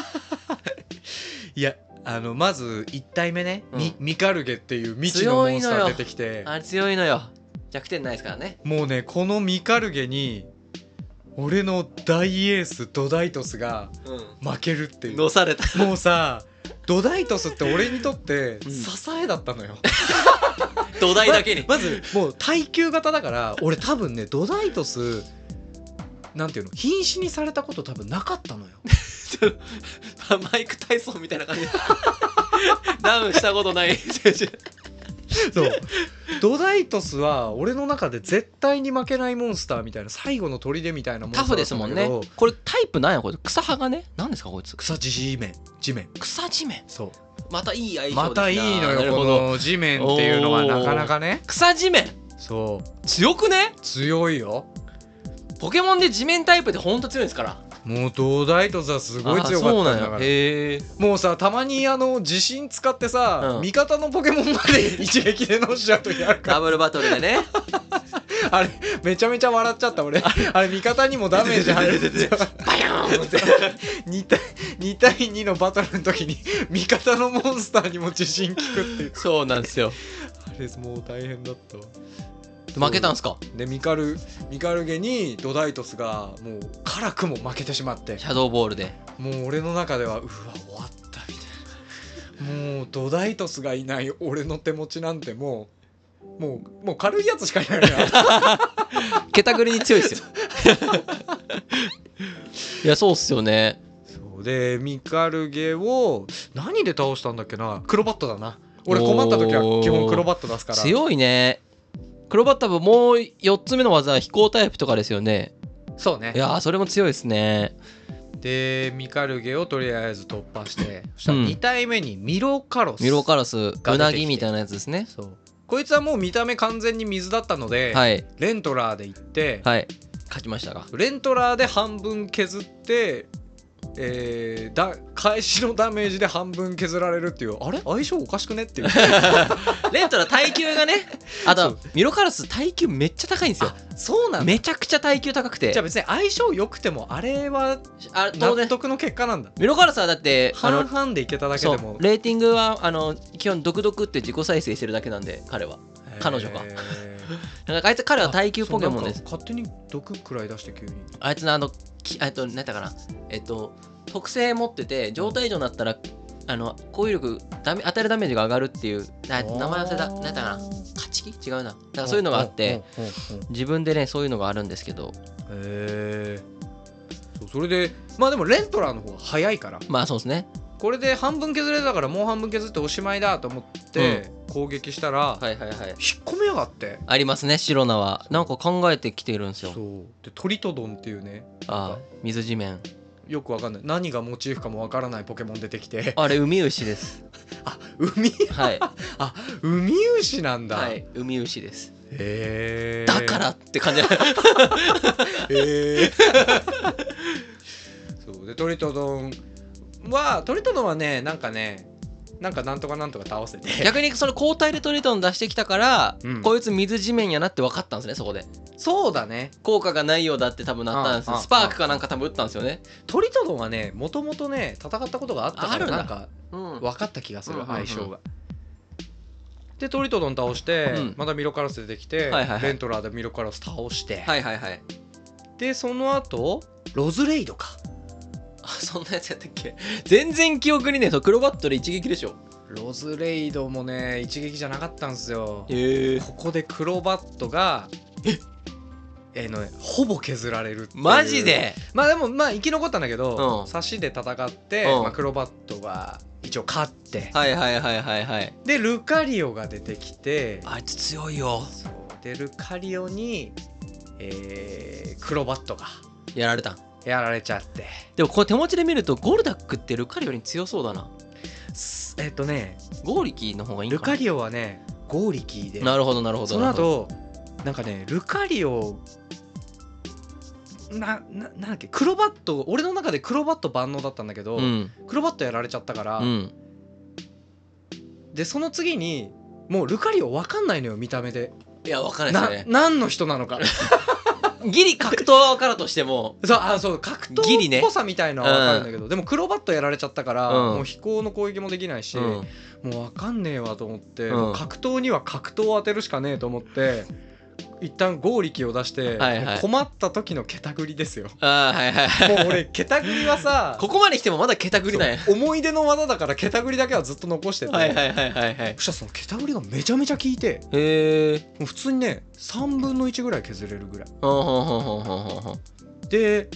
いやまず1体目ね、ミカルゲっていう未知のモンスター出てきて、 あれ強いのよ。弱点ないですからね。 もうねこのミカルゲに俺の大エースドダイトスが負けるっていう、 のされた。 もうさドダイトスって俺にとって支えだったのよ、 土台だけに。 まずもう耐久型だから、俺多分ねドダイトスなんていうの、瀕死にされたこと多分なかったのよマイク・タイソンみたいな感じでダウンしたことない選手そうドダイトスは俺の中で絶対に負けないモンスターみたいな、最後の砦みたいなモンスターだったんだけど。 タフですもんね。これタイプなんやこれ。草鋼何ですかこいつ。 草地面。 草地面。 そうまたいい相性です。 またいいのよこの地面っていうのはなかなかね。 草地面。 そう強くね。 強いよ。 ポケモンで地面タイプってほんと強いですから。 もうドダイトスはすごい強かったんだから。 へもうさたまに自信使ってさ、味方のポケモンまで一撃でのしちゃう時あるから。 ダブルバトルでねあれめちゃめちゃ笑っちゃった俺。あれ味方にもダメージ入るてバヨーンって2対2のバトルの時に味方のモンスターにも自信効くっていう。 そうなんですよ。 あれもう大変だったわ。 負けたんすか。 でミカルゲにドダイトスがもう辛くも負けてしまって、 シャドーボールでもう俺の中ではうわ終わったみたいな。もうドダイトスがいない俺の手持ちなんてもう軽いやつしかいないのよケタグリに強いですよいやそうっすよね。 そうでミカルゲを何で倒したんだっけな。クロバットだな。俺困った時は基本クロバット出すから。 強いね。クロバットもう4つ目の技は飛行タイプとかですよね。 そうね。 いやそれも強いですね。 でミカルゲをとりあえず突破して、そしたら2体目にミロカロスうなぎみたいなやつですね。 そうこいつはもう見た目完全に水だったので、 はい、 レントラーで行って、 はい、書きましたがレントラーで半分削って返しのダメージで半分削られるっていう、あれ相性おかしくねっていうレントラ耐久がね。あとミロカラス耐久めっちゃ高いんですよ。 そうなんだ。 めちゃくちゃ耐久高くて、 じゃあ別に相性良くてもあれは納得の結果なんだ。 ミロカラスはだって半々でいけただけでもレーティングは基本毒々って自己再生してるだけなんで、彼は彼女がなんか彼は耐久ポケモンです。 勝手に毒くらい出して急にあいつの何やったかな、特性持ってて状態以上になったら攻撃力与えるダメージが上がるっていう、名前忘れた。何やったかな、勝ち気違うな。だからそういうのがあって自分でねそういうのがあるんですけど、 それでまあでもレントラーの方が早いから、 まあそうですね。 これで半分削れたからもう半分削っておしまいだと思って攻撃したら、引っ込めやがって。 ありますね、シロナはなんか考えてきてるんですよ。 そうでトリトドンっていうね、 水地面よくわかんない何がモチーフかもわからないポケモン出てきて、 あれウミウシです。 はいウミウシなんだ。 はい、ウミウシです。 だからって感じそうでトリトドンはねなんとか倒せて、 逆にその交代でトリトドン出してきたから、こいつ水地面やなって分かったんですね。そこでそうだね、 効果がないようだって多分なったんですよ。スパークかなんか多分打ったんですよね。 トリトドンはねもともとね戦ったことがあったからなんか分かった気がする、相性が。でトリトドン倒して、またミロカラス出てきて、レントラーでミロカラス倒して、でその後ロズレイドか。 そんなやつやったっけ。全然記憶にね。クロバットで一撃でしょ。 ロズレイドもね一撃じゃなかったんですよ。ここでクロバットがほぼ削られるっていう。 マジで。 まあでもまあ生き残ったんだけど、差しで戦って、まあ、クロバットが一応勝って、 はいはいはいはいはい。 でルカリオが出てきて、 あいつ強いよ。 そうでルカリオに、クロバットがやられた。 やられちゃって。 でもこれ手持ちで見るとゴルダックってルカリオに強そうだな。ゴーリキーの方がいいんかな。 ルカリオはねゴーリキーで。 なるほどなるほど。 その後なんかねルカリオなんだっけ、クロバット、俺の中でクロバット万能だったんだけど、クロバットやられちゃったから、でその次にもうルカリオ分かんないのよ、見た目で。 いや分かんないですね、 何の人なのかギリ格闘からとしてもそう格闘っぽさみたいのは分かるんだけど、でもクロバットやられちゃったから、もう飛行の攻撃もできないし、もう分かんねえわと思って、格闘には格闘を当てるしかねえと思って一旦ゴーリキを出して、困った時のケタグリですよ。もう俺ケタグリはさここまで来てもまだケタグリなんや。 思い出の技だからケタグリだけはずっと残してて、そしたらそのケタグリがめちゃめちゃ効いて、もう普通にね3分の1ぐらい削れるぐらいで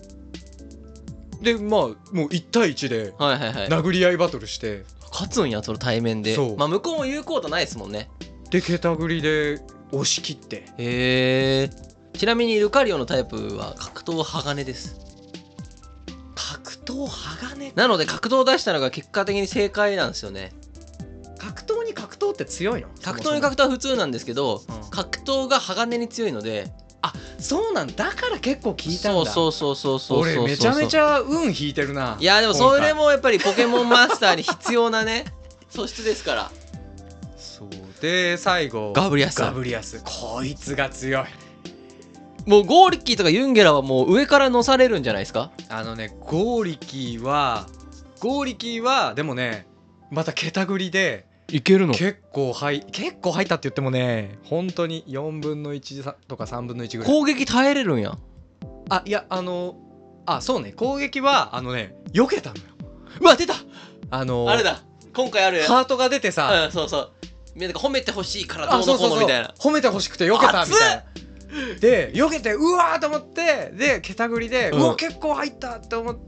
まあもう1対1で殴り合いバトルして勝つんや、その対面で。まあ向こうも言うことないですもんね。 でケタグリで押し切って。 ちなみにルカリオのタイプは格闘鋼です。 格闘鋼なので格闘を出したのが結果的に正解なんですよね。 格闘に格闘って強いの？ 格闘に格闘は普通なんですけど、格闘が鋼に強いので。 あ、そうなんだから結構聞いたんだ。 そう俺めちゃめちゃ運引いてるな。 いやでもそれもやっぱりポケモンマスターに必要なね素質ですから。 そうで最後ガブリアス、 こいつが強い。 もうゴーリッキーとかユンゲラはもう上から乗されるんじゃないですか。 ゴーリキーはでもねまたケタグリでいけるの。 結構入ったって言ってもね本当に4分の1とか3分の1ぐらい。 攻撃耐えれるんや。 いやそうね、攻撃は避けたのよ。 うわ出た、 あれだ今回あるハートが出てさ、 そう褒めてほしいからどうのこうのみたいな。 褒めてほしくて避けたみたいな。で避けてうわーと思って、でケタグリでうわ結構入ったって思って、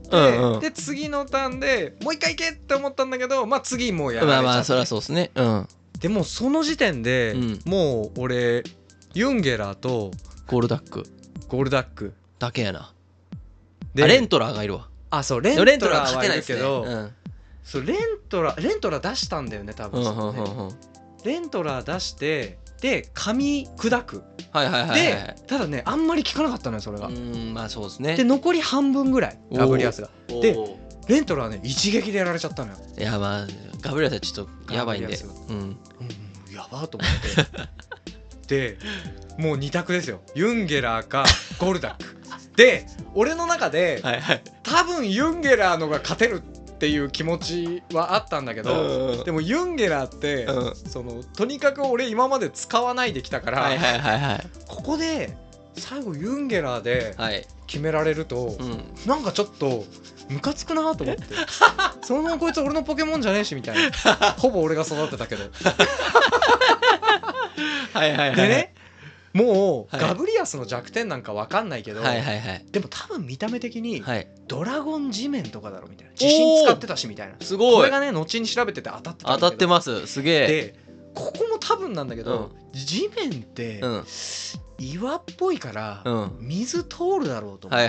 で次のターンでもう一回いけって思ったんだけど、まあ次もうやられちゃって。 まあそりゃそうですね。 でもその時点でもう俺ユンゲラーとゴールダックだけやな。レントラーがいるわ。 そうレントラーはいるけど、そうレントラー出したんだよね多分。レントラー出してで噛み砕く。でただねあんまり効かなかったのよそれが。 まあそうですね。 で残り半分ぐらいガブリアスが。でレントラーね一撃でやられちゃったのよ。 いやまあガブリアスはちょっとやばいんで。 やばーと思ってでもう2択ですよ、ユンゲラーかゴルダックで俺の中で多分ユンゲラーのが勝てるっていう気持ちはあったんだけど、でもユンゲラーってとにかく俺今まで使わないできたから、ここで最後ユンゲラーで決められるとなんかちょっとムカつくなと思ってそのままこいつ俺のポケモンじゃねえしみたいなほぼ俺が育てたけどでね、もうガブリアスの弱点なんか分かんないけど、でも多分見た目的にドラゴン地面とかだろみたいな、自信使ってたしみたいな。 すごい。 これがね後に調べてて当たってます。すげえ。 でここも多分なんだけど、地面って岩っぽいから水通るだろうと思って、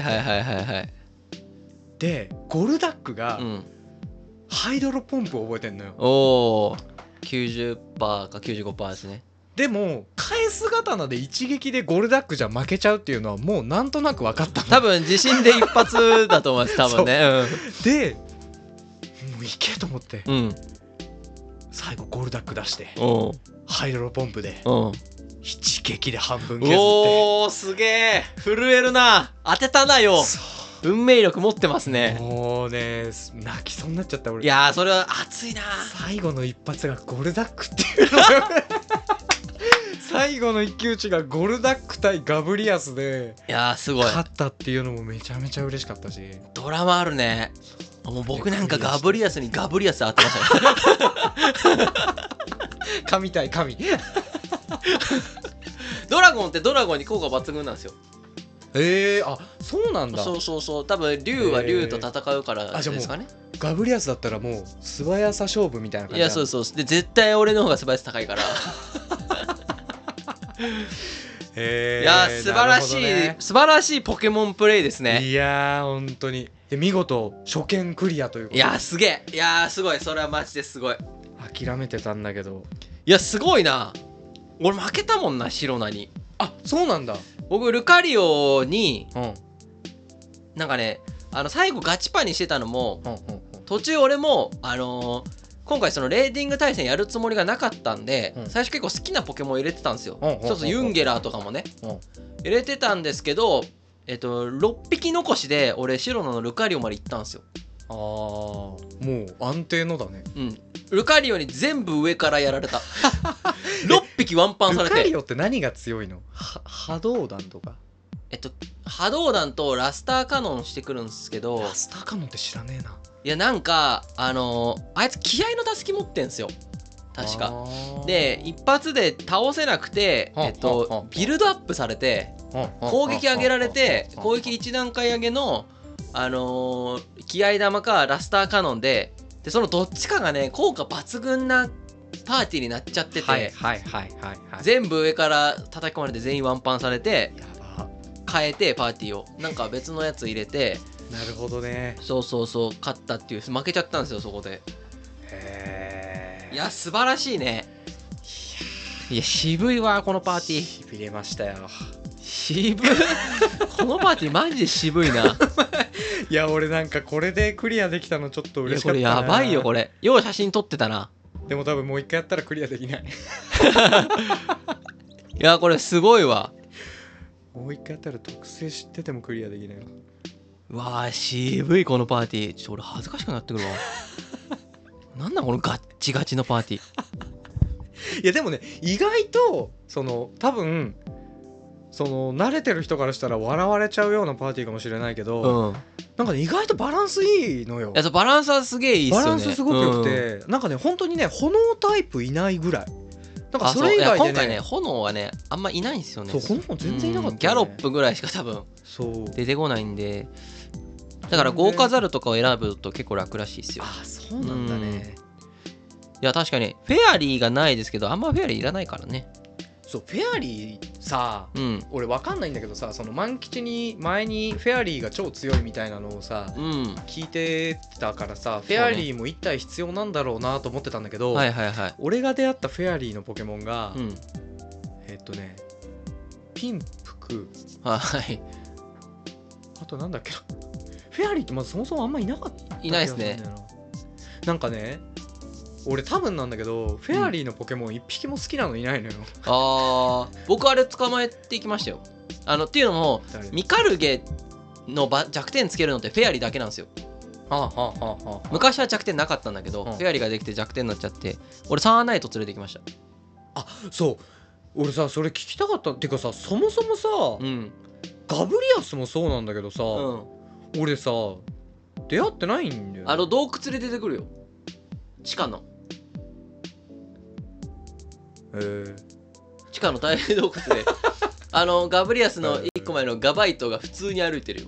でゴルダックがハイドロポンプを覚えてんのよ。 おー 90% か 95% ですね。 でも返す刀で一撃でゴルダックじゃ負けちゃうっていうのはもうなんとなく分かったの。 多分自信で一発だと思います多分ね。 でもういけと思って、最後ゴルダック出してハイドロポンプで一撃で半分削って。 おーすげえ震えるな。当てたなよ。運命力持ってますね。 もうね泣きそうになっちゃった俺。 いやーそれは熱いな。 最後の一発がゴルダックっていうの最後の一騎打ちがゴルダック対ガブリアスで、 いやーすごい勝ったっていうのもめちゃめちゃ嬉しかったし、 ドラマあるね。もう僕なんかガブリアスにガブリアス当てましたね神対神ドラゴンってドラゴンに効果抜群なんですよ。 あ、そうなんだ。 そうそうそう、多分竜は竜と戦うからですかね。 ガブリアスだったらもう素早さ勝負みたいな感じ。 いや、そうそう、で絶対俺の方が素早さ高いからいや、素晴らしい、ね、素晴らしいポケモンプレイですね。 いやー本当に見事初見クリアということで。 いやすげえ、いやすごい、それはマジですごい。 諦めてたんだけど、 いやすごいな。俺負けたもんな、シロナに。 あ、そうなんだ。 僕ルカリオに、なんかね、最後ガチパにしてたのも、途中俺も今回そのレーディング対戦やるつもりがなかったんで、最初結構好きなポケモン入れてたんですよ。一つユンゲラーとかもね、入れてたんですけど、6匹残しで俺シロナのルカリオまで行ったんですよ。 ああ、もう安定のだね。 うん、ルカリオに全部上からやられた6匹ワンパンされて。 ルカリオって何が強いの？波動弾とか？ 波動弾とラスターカノンしてくるんですけど。 ラスターカノンって知らねえな。 いや、なんかあいつ気合のたすき持ってんすよ確か。で一発で倒せなくて、ビルドアップされて攻撃上げられて、攻撃1段階上げの気合玉かラスターカノンで、そのどっちかがね効果抜群なパーティーになっちゃってて、全部上から叩き込まれて全員ワンパンされて、変えてパーティーをなんか別のやつ入れて。 なるほどね。 そうそうそう、勝ったっていう、負けちゃったんですよそこで。いや素晴らしいね。いや渋いわこのパーティー。 しびれましたよ。 渋いこのパーティーマジで渋いな。 いや俺なんかこれでクリアできたのちょっと嬉しかったな。 いやこれやばいよこれ。よう写真撮ってたな。 でも多分もう一回やったらクリアできない。 いやこれすごいわ。 もう一回やったら特性知っててもクリアできないわ。 わあ渋いこのパーティー。ちょっと俺恥ずかしくなってくるわ。なんだこのガッチガチのパーティー。いやでもね、意外と多分慣れてる人からしたら笑われちゃうようなパーティーかもしれないけど、なんかね意外とバランスいいのよ。 いやバランスはすげえいいっすよね。 バランスすごく良くて、なんかね本当にね炎タイプいないぐらい。なんかそれ以外でね、 今回ね炎はねあんまいないんですよね。 そう、炎全然いなかった、ね。 ギャロップぐらいしか多分出てこないんで、だから豪華ザルとかを選ぶと結構楽らしいですよ。 あ、そうなんだね。 いや確かにフェアリーがないですけど、あんまフェアリーいらないからね。 そう、フェアリーさ、俺わかんないんだけどさ、万吉に前にフェアリーが超強いみたいなのをさ、聞いてたからさ、フェアリーも1体必要なんだろうなと思ってたんだけど、俺が出会ったフェアリーのポケモンが、ピンプク、あとなんだっけな、フェアリーってまずそもそもあんまいなかった。 いないですね。 なんかね、俺多分なんだけどフェアリーのポケモン1匹も好きなのいないのよ。 僕あれ捕まえていきましたよ。っていうのもミカルゲの弱点つけるのってフェアリーだけなんですよ。昔は弱点なかったんだけど、フェアリーができて弱点になっちゃって、俺サーナイト連れてきました。 あ、そう、俺さそれ聞きたかったっていうかさ、そもそもさ、ガブリアスもそうなんだけどさ、俺さ出会ってないんだよ。 洞窟で出てくるよ、地下の。地下の大洞窟でガブリアスの1個前のガバイトが普通に歩いてるよ。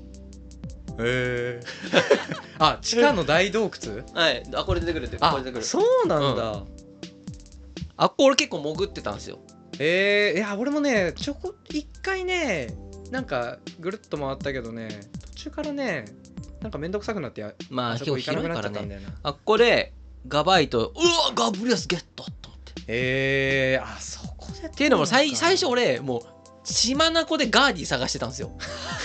あ、地下の大洞窟。 はい、これ出てくるって。これ出てくる。 そうなんだ。 俺結構潜ってたんですよ。 いや俺もね一回ねなんかぐるっと回ったけどね、途中からねなんかめんどくさくなって、 まあ今日広いからね。ここでガバイト、うわガブリアスゲットと思って。 あそこでっていうのも最初俺もう血眼でガーディ探してたんですよ。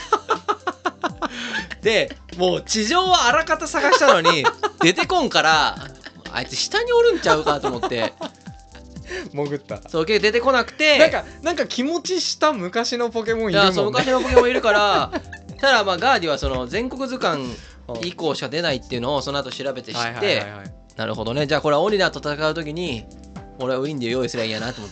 でもう地上はあらかた探したのに出てこんから、あいつ下におるんちゃうかと思って潜った。 そう出てこなくて、 なんか気持ちした昔のポケモンいるもんね。 いやそう昔のポケモンいるからただまあガーディはその全国図鑑以降しか出ないっていうのをその後調べて知って、なるほどね、じゃあこれはオニダーと戦う時に俺はウィンディを用意すりゃいいやなと思って。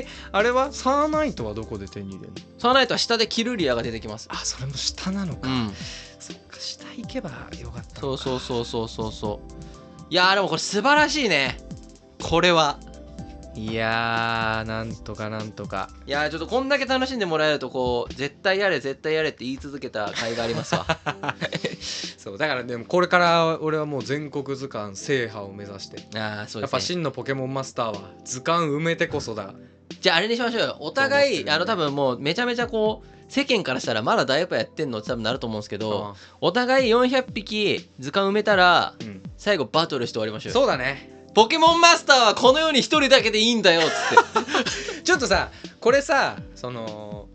あれはサーナイトはどこで手に入れるの？ サーナイトは下でキルリアが出てきます。 あ、それも下なのか。そっか、下行けばよかったのか。 そう。いやでもこれ素晴らしいね。これはいやーなんとかなんとか。 いやーちょっとこんだけ楽しんでもらえるとこう絶対やれ絶対やれって言い続けた甲斐がありますわそうだからでもこれから俺はもう全国図鑑制覇を目指して。 ああそうですね。 やっぱ真のポケモンマスターは図鑑埋めてこそだ。 じゃああれにしましょうよ。お互い多分もうめちゃめちゃこう世間からしたらまだダイパーやってんのって多分なると思うんですけど、お互い400匹図鑑埋めたら、最後バトルして終わりましょうよ。 そうだね。 ポケモンマスターはこの世に一人だけでいいんだよっつってちょっとさこれさその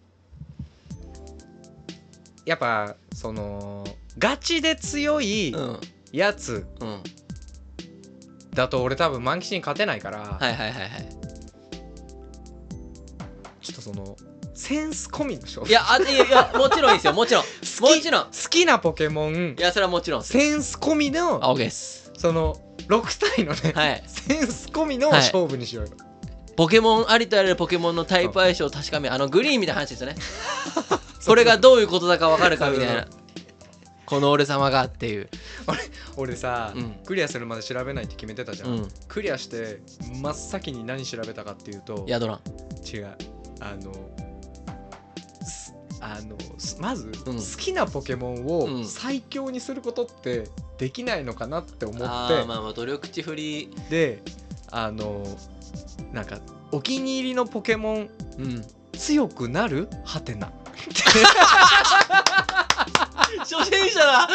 やっぱそのガチで強いやつだと俺多分マンキシに勝てないから、 はいはいはいはい、 ちょっとそのセンス込みの勝負。 いやもちろんいいですよ。もちろんもちろん好きなポケモン。 いやそれはもちろんセンス込みの OKです。 その6体のね、はい、センス込みの勝負にしようよ、はい、 ポケモンありとあらゆるポケモンのタイプ相性を確かめグリーンみたいな話ですよねこれがどういうことだか分かるかみたいなこの俺様がっていう。 俺さ、クリアするまで調べないって決めてたじゃん、クリアして真っ先に何調べたかっていうとヤドラン。 違うまず、好きなポケモンを最強にすることってできないのかなって思って、 まあ努力値振りでなんかお気に入りのポケモン、強くなるはてな初心者だ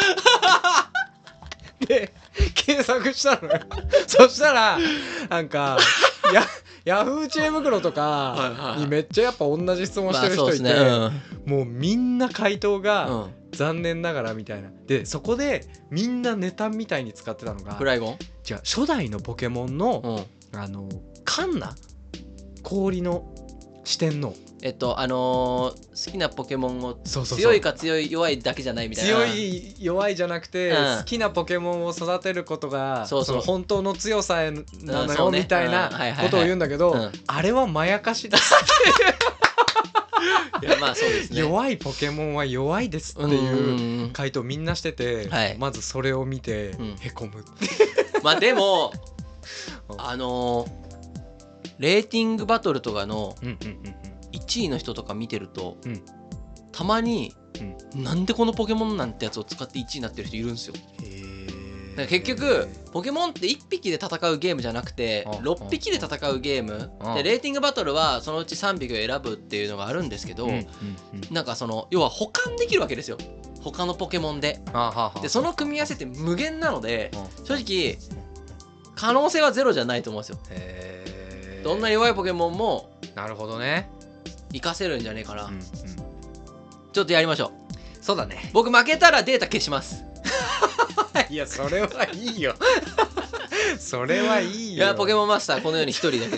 で検索したのよそしたらなんかヤフー知恵袋とかにめっちゃやっぱ同じ質問してる人いて、もうみんな回答が残念ながらみたいな。でそこでみんなネタみたいに使ってたのがフライゴン。 じゃあ初代のポケモンのカンナ、氷の四天王、 好きなポケモンを強いか強い弱いだけじゃないみたいな。 強い弱いじゃなくて、好きなポケモンを育てることがその本当の強さなのよみたいなことを言うんだけど、あれはまやかしですいやまあそうですね。 弱いポケモンは弱いですっていう回答みんなしてて、まずそれを見てへこむまあでもレーティングバトルとかの1位の人とか見てると、たまに、なんでこのポケモンなんてやつを使って1位になってる人いるんですよ。だから結局ポケモンって1匹で戦うゲームじゃなくて6匹で戦うゲームで、レーティングバトルはそのうち3匹を選ぶっていうのがあるんですけど、なんかその要は保管できるわけですよ、他のポケモンで。でその組み合わせって無限なので、正直可能性はゼロじゃないと思うんですよ。どんな弱いポケモンもなるほどね活かせるんじゃねえかな、ちょっとやりましょう。そうだね。 僕負けたらデータ消しますいやそれはいいよそれはいいよ。 いやポケモンマスターこの世に一人だけ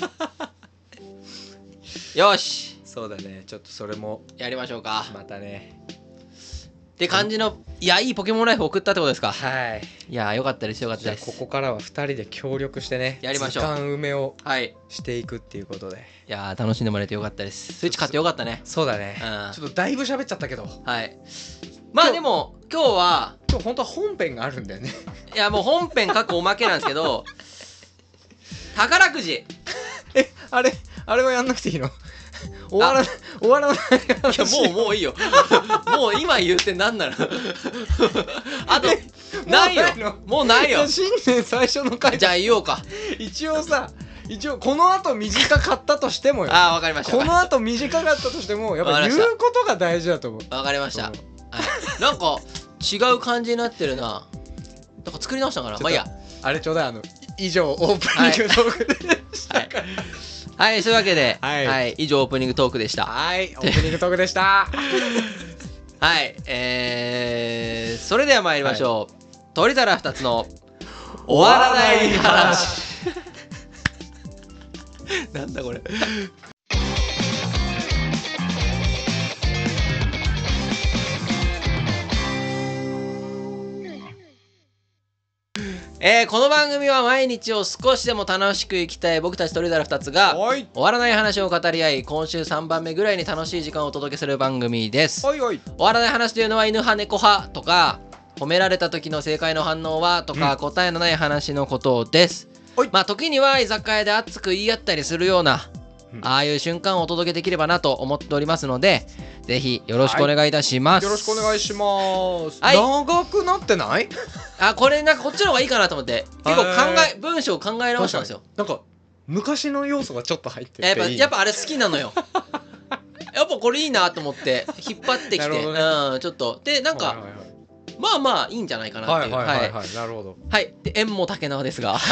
ですよしそうだね。ちょっとそれもやりましょうかまたねって感じの。いやいいポケモンライフ送ったってことですか。 はい。 いやよかったですよかったです。 じゃあここからは2人で協力してねやりましょう。 図鑑埋めをしていくっていうことで、 いや楽しんでもらえてよかったです。スイッチ買ってよかったね。 そうだね、ちょっとだいぶ喋っちゃったけど、 はい。まあでも今日本当は本編があるんだよねいやもう本編各おまけなんですけど宝くじあれはやんなくていいの終わらないいやもういいよもう今言ってなんならあとないよもうないよ。 新年最初の回じゃあ言おうか。 一応この後短かったとしてもよわかりました。 この後短かったとしてもやっぱ言うことが大事だと思う。 わかりました。なんか違う感じになってるな。なんか作り直したかな。まあいいや。 あれちょうだい以上オープニングトークでしたから。 はい、そういうわけで、はい、以上オープニングトークでした。 はい、オープニングトークでした。 はい、それでは参りましょう。鳥皿2つの終わらない話。なんだこれ。この番組は毎日を少しでも楽しく生きたい僕たち鳥皿2つが終わらない話を語り合い、今週3番目ぐらいに楽しい時間をお届けする番組です。終わらない話というのは犬派猫派とか、褒められた時の正解の反応はとか、答えのない話のことです。 まあ時には居酒屋で熱く言い合ったりするような、ああいう瞬間をお届けできればなと思っておりますので、ぜひよろしくお願いいたします。 よろしくお願いします。長くなってない？ これなんかこっちの方がいいかなと思って結構文章を考え直したんですよ。 なんか昔の要素がちょっと入っててやっぱあれ好きなのよ。やっぱこれいいなと思って引っ張ってきて、ちょっとでなんかまあまあいいんじゃないかなっていう。 はいなるほど。 はい。で縁も竹縄ですが、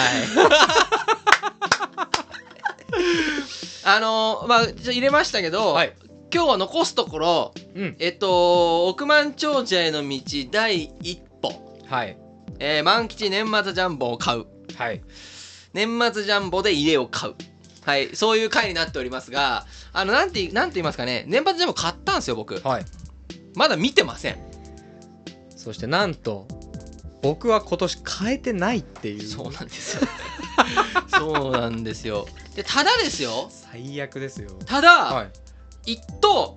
まあ入れましたけど、今日は残すところ億万長者への道第一歩、万吉年末ジャンボを買う、年末ジャンボで家を買う、そういう回になっておりますが、なんて言いますかね、年末ジャンボ買ったんですよ僕。まだ見てません。 そしてなんと僕は今年変えてないっていう。 そうなんですよ。そうなんですよ。でただですよ、 最悪ですよ。 ただ、1等、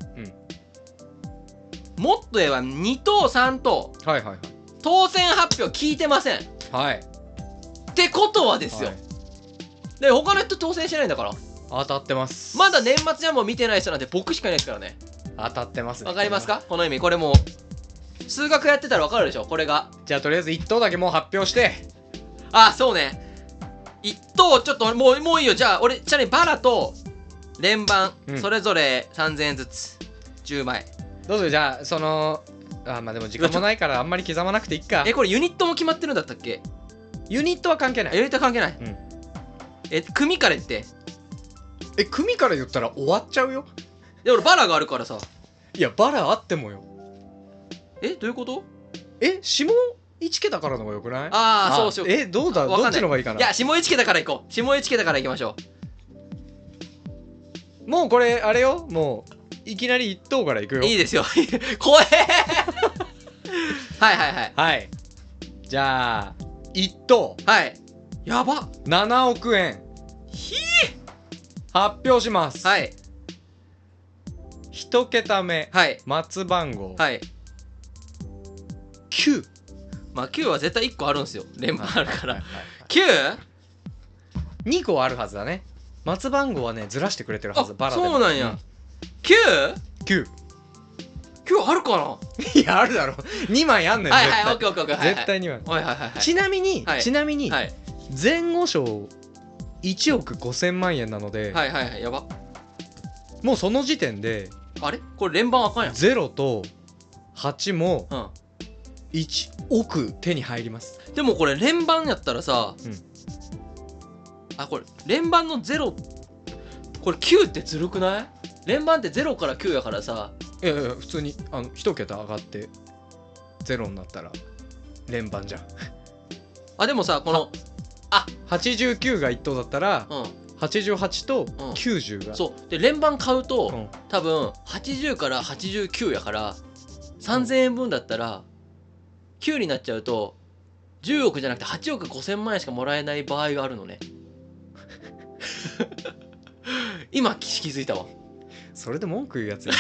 もっと言えば2等3等、当選発表聞いてません。ってことはですよ、で他の人当選してないんだから。 当たってます。 まだ年末ジャンボ見てない人なんて僕しかいないですからね。 当たってますね。 わかりますかこの意味。これもう数学やってたらわかるでしょこれが。 じゃあとりあえず1等だけもう発表して。 そうね、1等ちょっともういいよ。じゃあ俺ちなみにバラと連番、それぞれ3000円ずつ10枚どうぞ。じゃあまあでも時間もないからあんまり刻まなくていいか。 これユニットも決まってるんだったっけ？ ユニットは関係ない。 ユニットは関係ない。組から言って。 組から言ったら終わっちゃうよ。 で俺バラがあるからさ。 いやバラあってもよ。 どういうこと？ 下1桁からの方がよくない？ そうしよう。 どうだ、どっちの方がいいかな。 いや下1桁からいこう。下1桁からいきましょう。もうこれあれよ、もういきなり1等からいくよ。 いいですよ。怖え。はい。 じゃあ1等、 やば 7億円発表します。1桁目、末番号9。 まあ9は絶対1個あるんですよ。連番あるから。 9?2 個あるはずだね。末番号はねずらしてくれてるはず。バラで。 そうなんや。9あるかな。 いやあるだろ。2枚あんのよ。 オッケー絶対2枚。ちなみに前後賞1億5000万円なので、 やば。 もうその時点であれこれ連番あかんやん。 0と8も1億手に入ります。 でもこれ連番やったらさ、これ連番の0、これ9ってずるくない？連番って0から9やからさ。 いや普通に1桁上がって0になったら連番じゃん。 でもさこの 89が1等だったら、88と90が、 そうで連番買うと、多分80から89やから3000円分だったら9になっちゃうと10億じゃなくて8億5000万円しかもらえない場合があるのね。今気づいたわ。 それで文句言うやついない。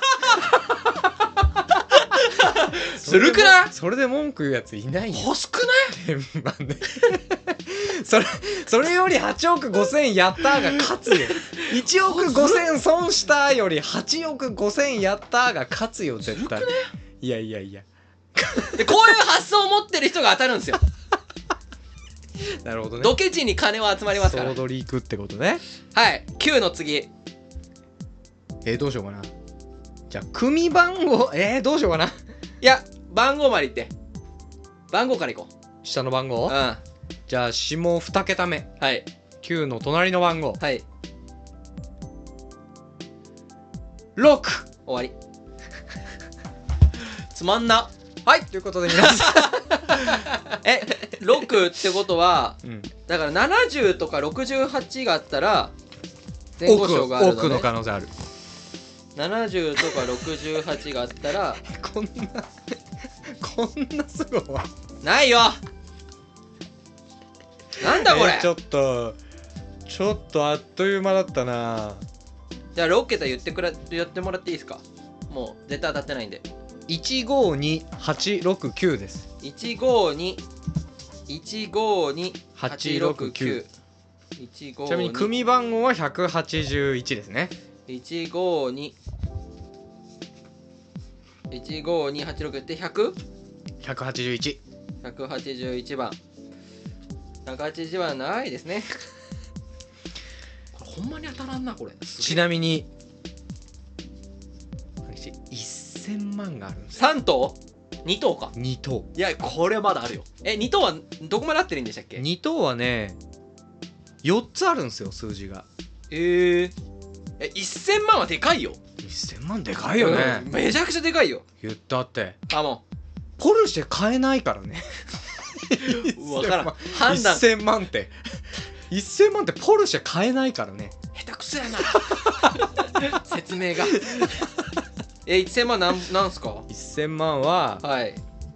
ずるくない？ それで文句言うやついないよ。 欲しくない？ 連番で。それより8億5000やったーが勝つよ。1億5000損したより8億5000やったーが勝つよ絶対。いやでこういう発想を持ってる人が当たるんですよ。 なるほどね。 ドケチに金は集まりますから。 総取りいくってことね。 9の次どうしようかな。じゃあ組番号どうしようかな。 いや番号までいって。番号からいこう。 下の番号？じゃあ下2桁目。9の隣の番号。6。 終わり。つまんな。 ということで皆さん 6ってことは、だから70とか68があったら前後賞があるのね。 億の可能性ある。 70とか68があったらこんなすぐ終わるないよ。なんだこれ。 ちょっとあっという間だったな。 じゃあ6桁言ってもらっていいですか。もう絶対当たってないんで。 152869です。 152869。 ちなみに組番号は181ですね。 15286って100？ 181。 181番。180番ないですね。これほんまに当たらんなこれ。 ちなみに1000万があるんですよ。 3等？2等か。 2等。 いやこれまだあるよ。2等はどこまで合ってるんでしたっけ ？2等はね4つあるんですよ、数字が。 1000万はでかいよ。 1000万でかいよね、 めちゃくちゃでかいよ。 言ったってもうポルシェ買えないからね。 分からん判断。 1000万って1000万ってポルシェ買えないからね。 下手くそやな。説明が。1000万なんすか ？1000万ははい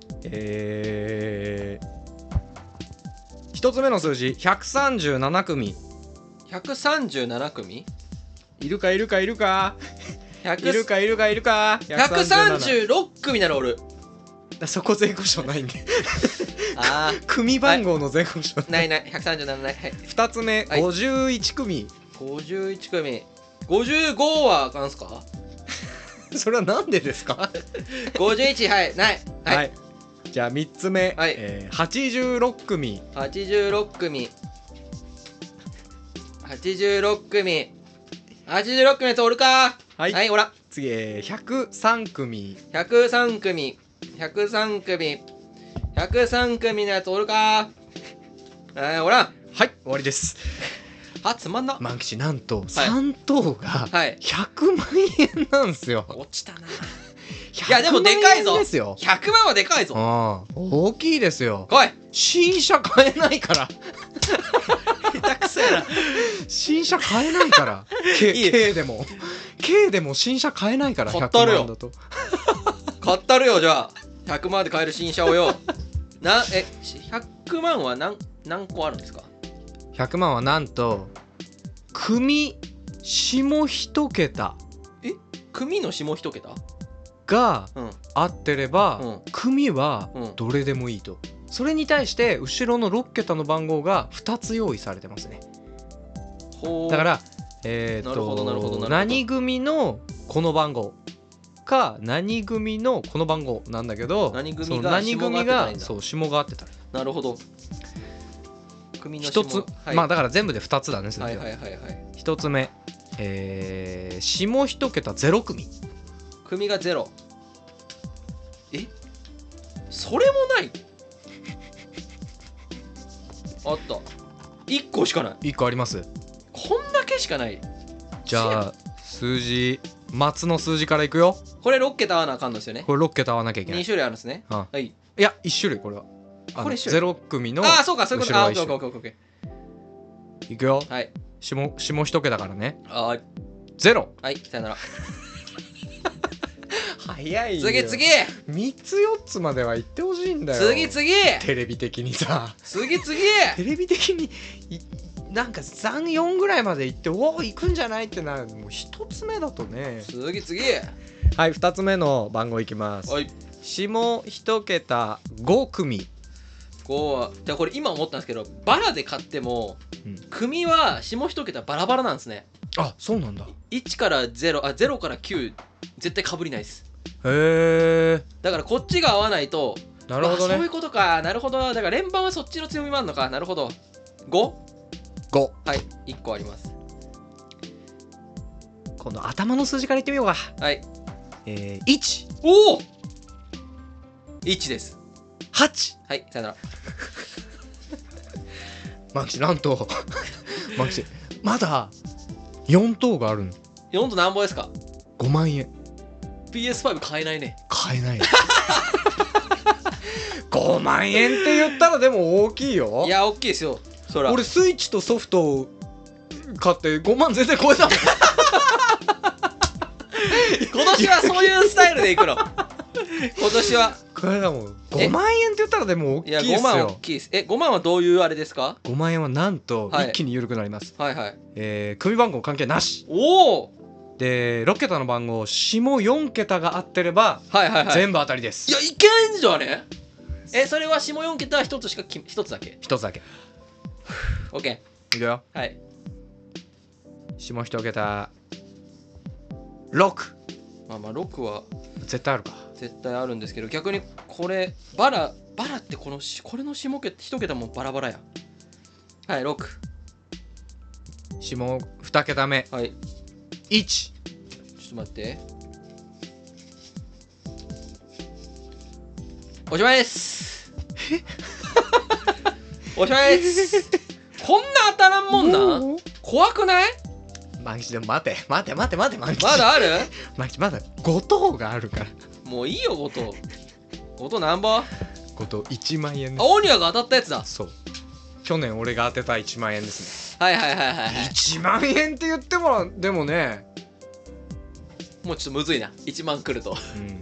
一つ目の数字137組。 137組いるかいるかいるか 100 いるかいるかいるか。 136組ならおる。 そこ前後賞ないんで。 ああ組番号の前後賞ないない。137ない。はい、 2つ目、はい、51組。 51組。55はなんすか？ それはなんでですか？ 51はいないはい、はい、 じゃあ3つ目、はい86組。 86組86組86組のやつおるか。 はい、はい、 おら。 次103組。 103組103組103組のやつおるか。おら。 はい、終わりです。 つまんな。 万吉なんと3等が100万円なんですよ。 落ちたな。いやでもでかいぞ。100万はでかいぞ。 大きいですよ。 来い。 新車買えないから。 下手くそやな。 新車買えないから。K でも新車買えないから。100万だと。 買ったるよ。じゃあ100万で買える新車をよ。100万は何個あるんですか ？100万はなんと組下一桁。 組の下一桁が合ってれば、組はどれでもいいと。それに対して後ろの6桁の番号が2つ用意されてますね。だから何組のこの番号か何組のこの番号なんだけど、何組がそう下が合ってたら。 なるほど。 一つ、まあだから全部で2つだね。1つ目、下一桁0組。 組が0。それもない。あった。1個しかない。 1個あります。 こんだけしかない。 じゃあ数字松の数字からいくよ。 これ6桁合わなあかんのですよね。 これ6桁合わなきゃいけない。 2種類あるんですね。はい。 いや1種類。これはこれ0組の。 そうかそういうこと。オッケーオッケー。いくよ。 はい。 下一桁からね。 0。はい、さよなら。 早いよ。 次 3つ4つまでは行ってほしいんだよ。 次テレビ的にさ。 次テレビ的になんか3、4ぐらいまで行って行くんじゃないってなる。もう1つ目だとね。 次はい、2つ目の番号いきます。下一桁5組。 5はじゃあこれ今思ったんですけど、バラで買っても、組は下一桁バラバラなんですね。 あ、そうなんだ。 1から0、0から9絶対かぶりないです。 へえ。 だからこっちが合わないと。 なるほどね。 そういうことか。なるほど。だから連番はそっちの強みもあるのか。なるほど。5。はい、1個あります。 今度頭の数字からいってみようか。 はい。 1。 おお。1です。 8。 はい、さよなら。 マキなんとマキまだ4等があるの。 4等なんぼですか ？5万円。 PS5 買えないね。 買えない5万円って言ったらでも大きいよ。 いや大きいですよ。そら俺スイッチとソフトを買って5万全然超えたもん。 今年はそういうスタイルでいくの。今年はこれだもん。5万円って言ったらでも大きいですよ。 いや5万大きいです。5万はどういうあれですか ？5万円はなんと一気に緩くなります。 はいはい。 組番号関係なし。 おお。 で6桁の番号下4桁が合ってれば全部当たりです。 いやいけないんじゃね。それは下4桁は1つだけ。 1つだけ。 オッケいくよ。 はい。 下一桁6。 まあ6は絶対あるか。 絶対あるんですけど、逆にこれバラってこれの下桁一桁もバラバラや。はい、6。 下2桁目。 はい。 1。 ちょっと待って。おしまいです。おしまいです。こんな当たらんもんな。怖くない？ マキでも待てマキ。まだある？ マキまだ5等があるから。 もういいよ5等。5等なんぼ ？5等1万円です。 あ、オニアが当たったやつだ。 そう。去年俺が当てた1万円ですね。はい。 1万円って言ってもでもね。 もうちょっとむずいな。1万来ると。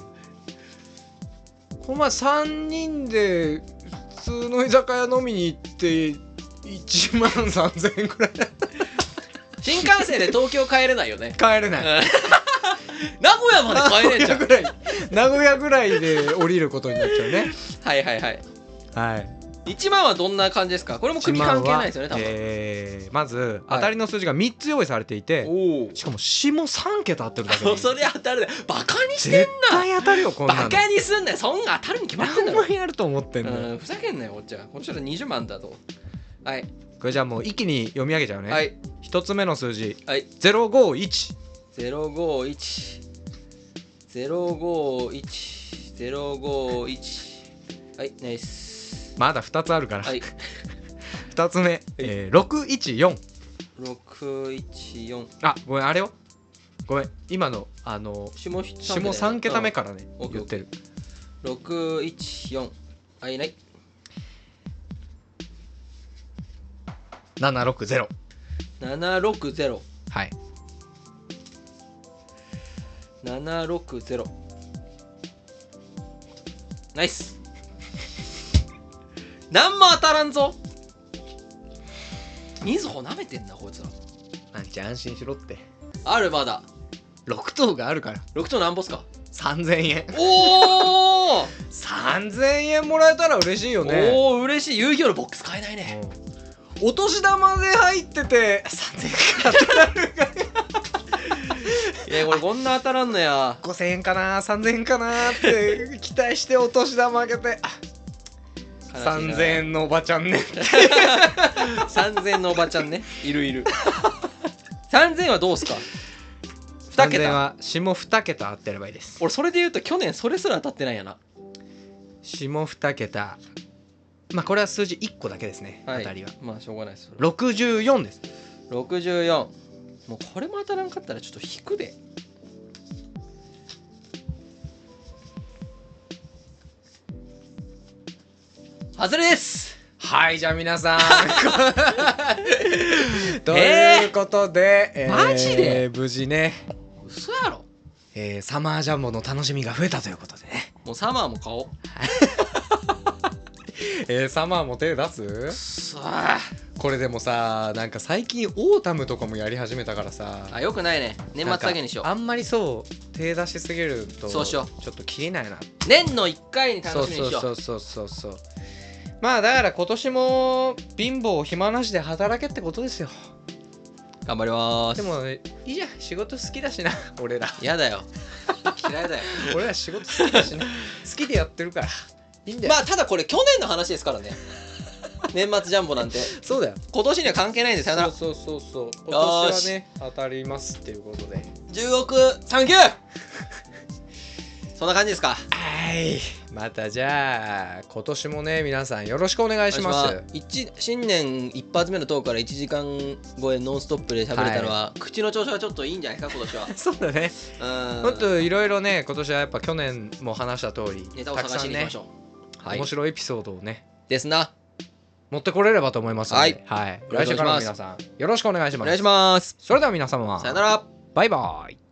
この前3人で普通の居酒屋飲みに行って1万3000円くらいだった。 新幹線で東京帰れないよね。 帰れない。 名古屋まで帰れんじゃん。 名古屋ぐらいで降りることになっちゃうね。 はい。1万はどんな感じですか？これも国関係ないですよね、多分。 まず当たりの数字が3つ用意されていて、しかも下3桁当ってるだけで。 それ当たる。バカにしてんな。 絶対当たるよ、こんなの。 バカにすんなよ。そんな当たるに決まってんだろ。 何万やると思ってんの。 ふざけんなよ、こっちは20万だと。はい。 これじゃあもう一気に読み上げちゃうね。 はい。 1つ目の数字。 はい。 051。 はい、ナイス。 まだ2つあるから。 はい。 2つ目、614。あ、ごめん、あれよ。ごめん、今の下3桁目からね、言ってる。 614。はい、ない。 760。はい。 760。ナイス。何も当たらんぞ。みずほなめてんなこいつら。 なんちゃ安心しろって。 あるまだ 6等があるから。 6等なんぼっすか ？3000円。 おお 3000円もらえたら嬉しいよね。 おお嬉しい。遊戯王のボックス買えないね。 お年玉で入ってて3000円かってなるからいやこれこんな当たらんのや。 5000円かな3000円かなって期待してお年玉あげて3000円のおばちゃんね 3000円のおばちゃんね。いる3000円はどうすか？2桁。3000円は下2桁当ってればいいです。 俺それで言うと去年それすら当たってないやな。 下2桁。まあこれは数字1個だけですね、はい、当たりは。 まあしょうがないです。 64です。 64。もうこれも当たらんかったらちょっと引くで。外れです。 はい、じゃあ皆さんということで、 マジで無事ね。 嘘やろ。 サマージャンボの楽しみが増えたということでね。 もうサマーも買おう。 サマーも手出す？これでもさ、なんか最近オータムとかもやり始めたからさ。 あ、よくないね。年末だけにしよう。 あんまりそう手出しすぎるとそうしよう。ちょっと切れないな。 年の1回に楽しみにしよう。そう。まあだから今年も貧乏暇なしで働けってことですよ。 頑張ります。 でもいいじゃん、仕事好きだしな俺ら。 嫌だよ。嫌いだよ。 俺ら仕事好きだしな。好きでやってるからいいんだよ。 まあただこれ去年の話ですからね。年末ジャンボなんて。 そうだよ。 今年には関係ないんでさよなら。 そう。今年はね当たりますっていうことで。 10億サンキュー。そんな感じですか。 はい。またじゃあ今年もね皆さんよろしくお願いします。 新年一発目のトークから1時間超えノンストップで喋れたのは、口の調子はちょっといいんじゃないですか今年は。 そうだね。もっといろいろね今年はやっぱ去年も話した通りネタを探しに行きましょう。面白いエピソードをねですな持ってこれればと思いますので、 はい。 来週からも皆さんよろしくお願いします。 お願いします。 それでは皆様さよなら。 バイバイ。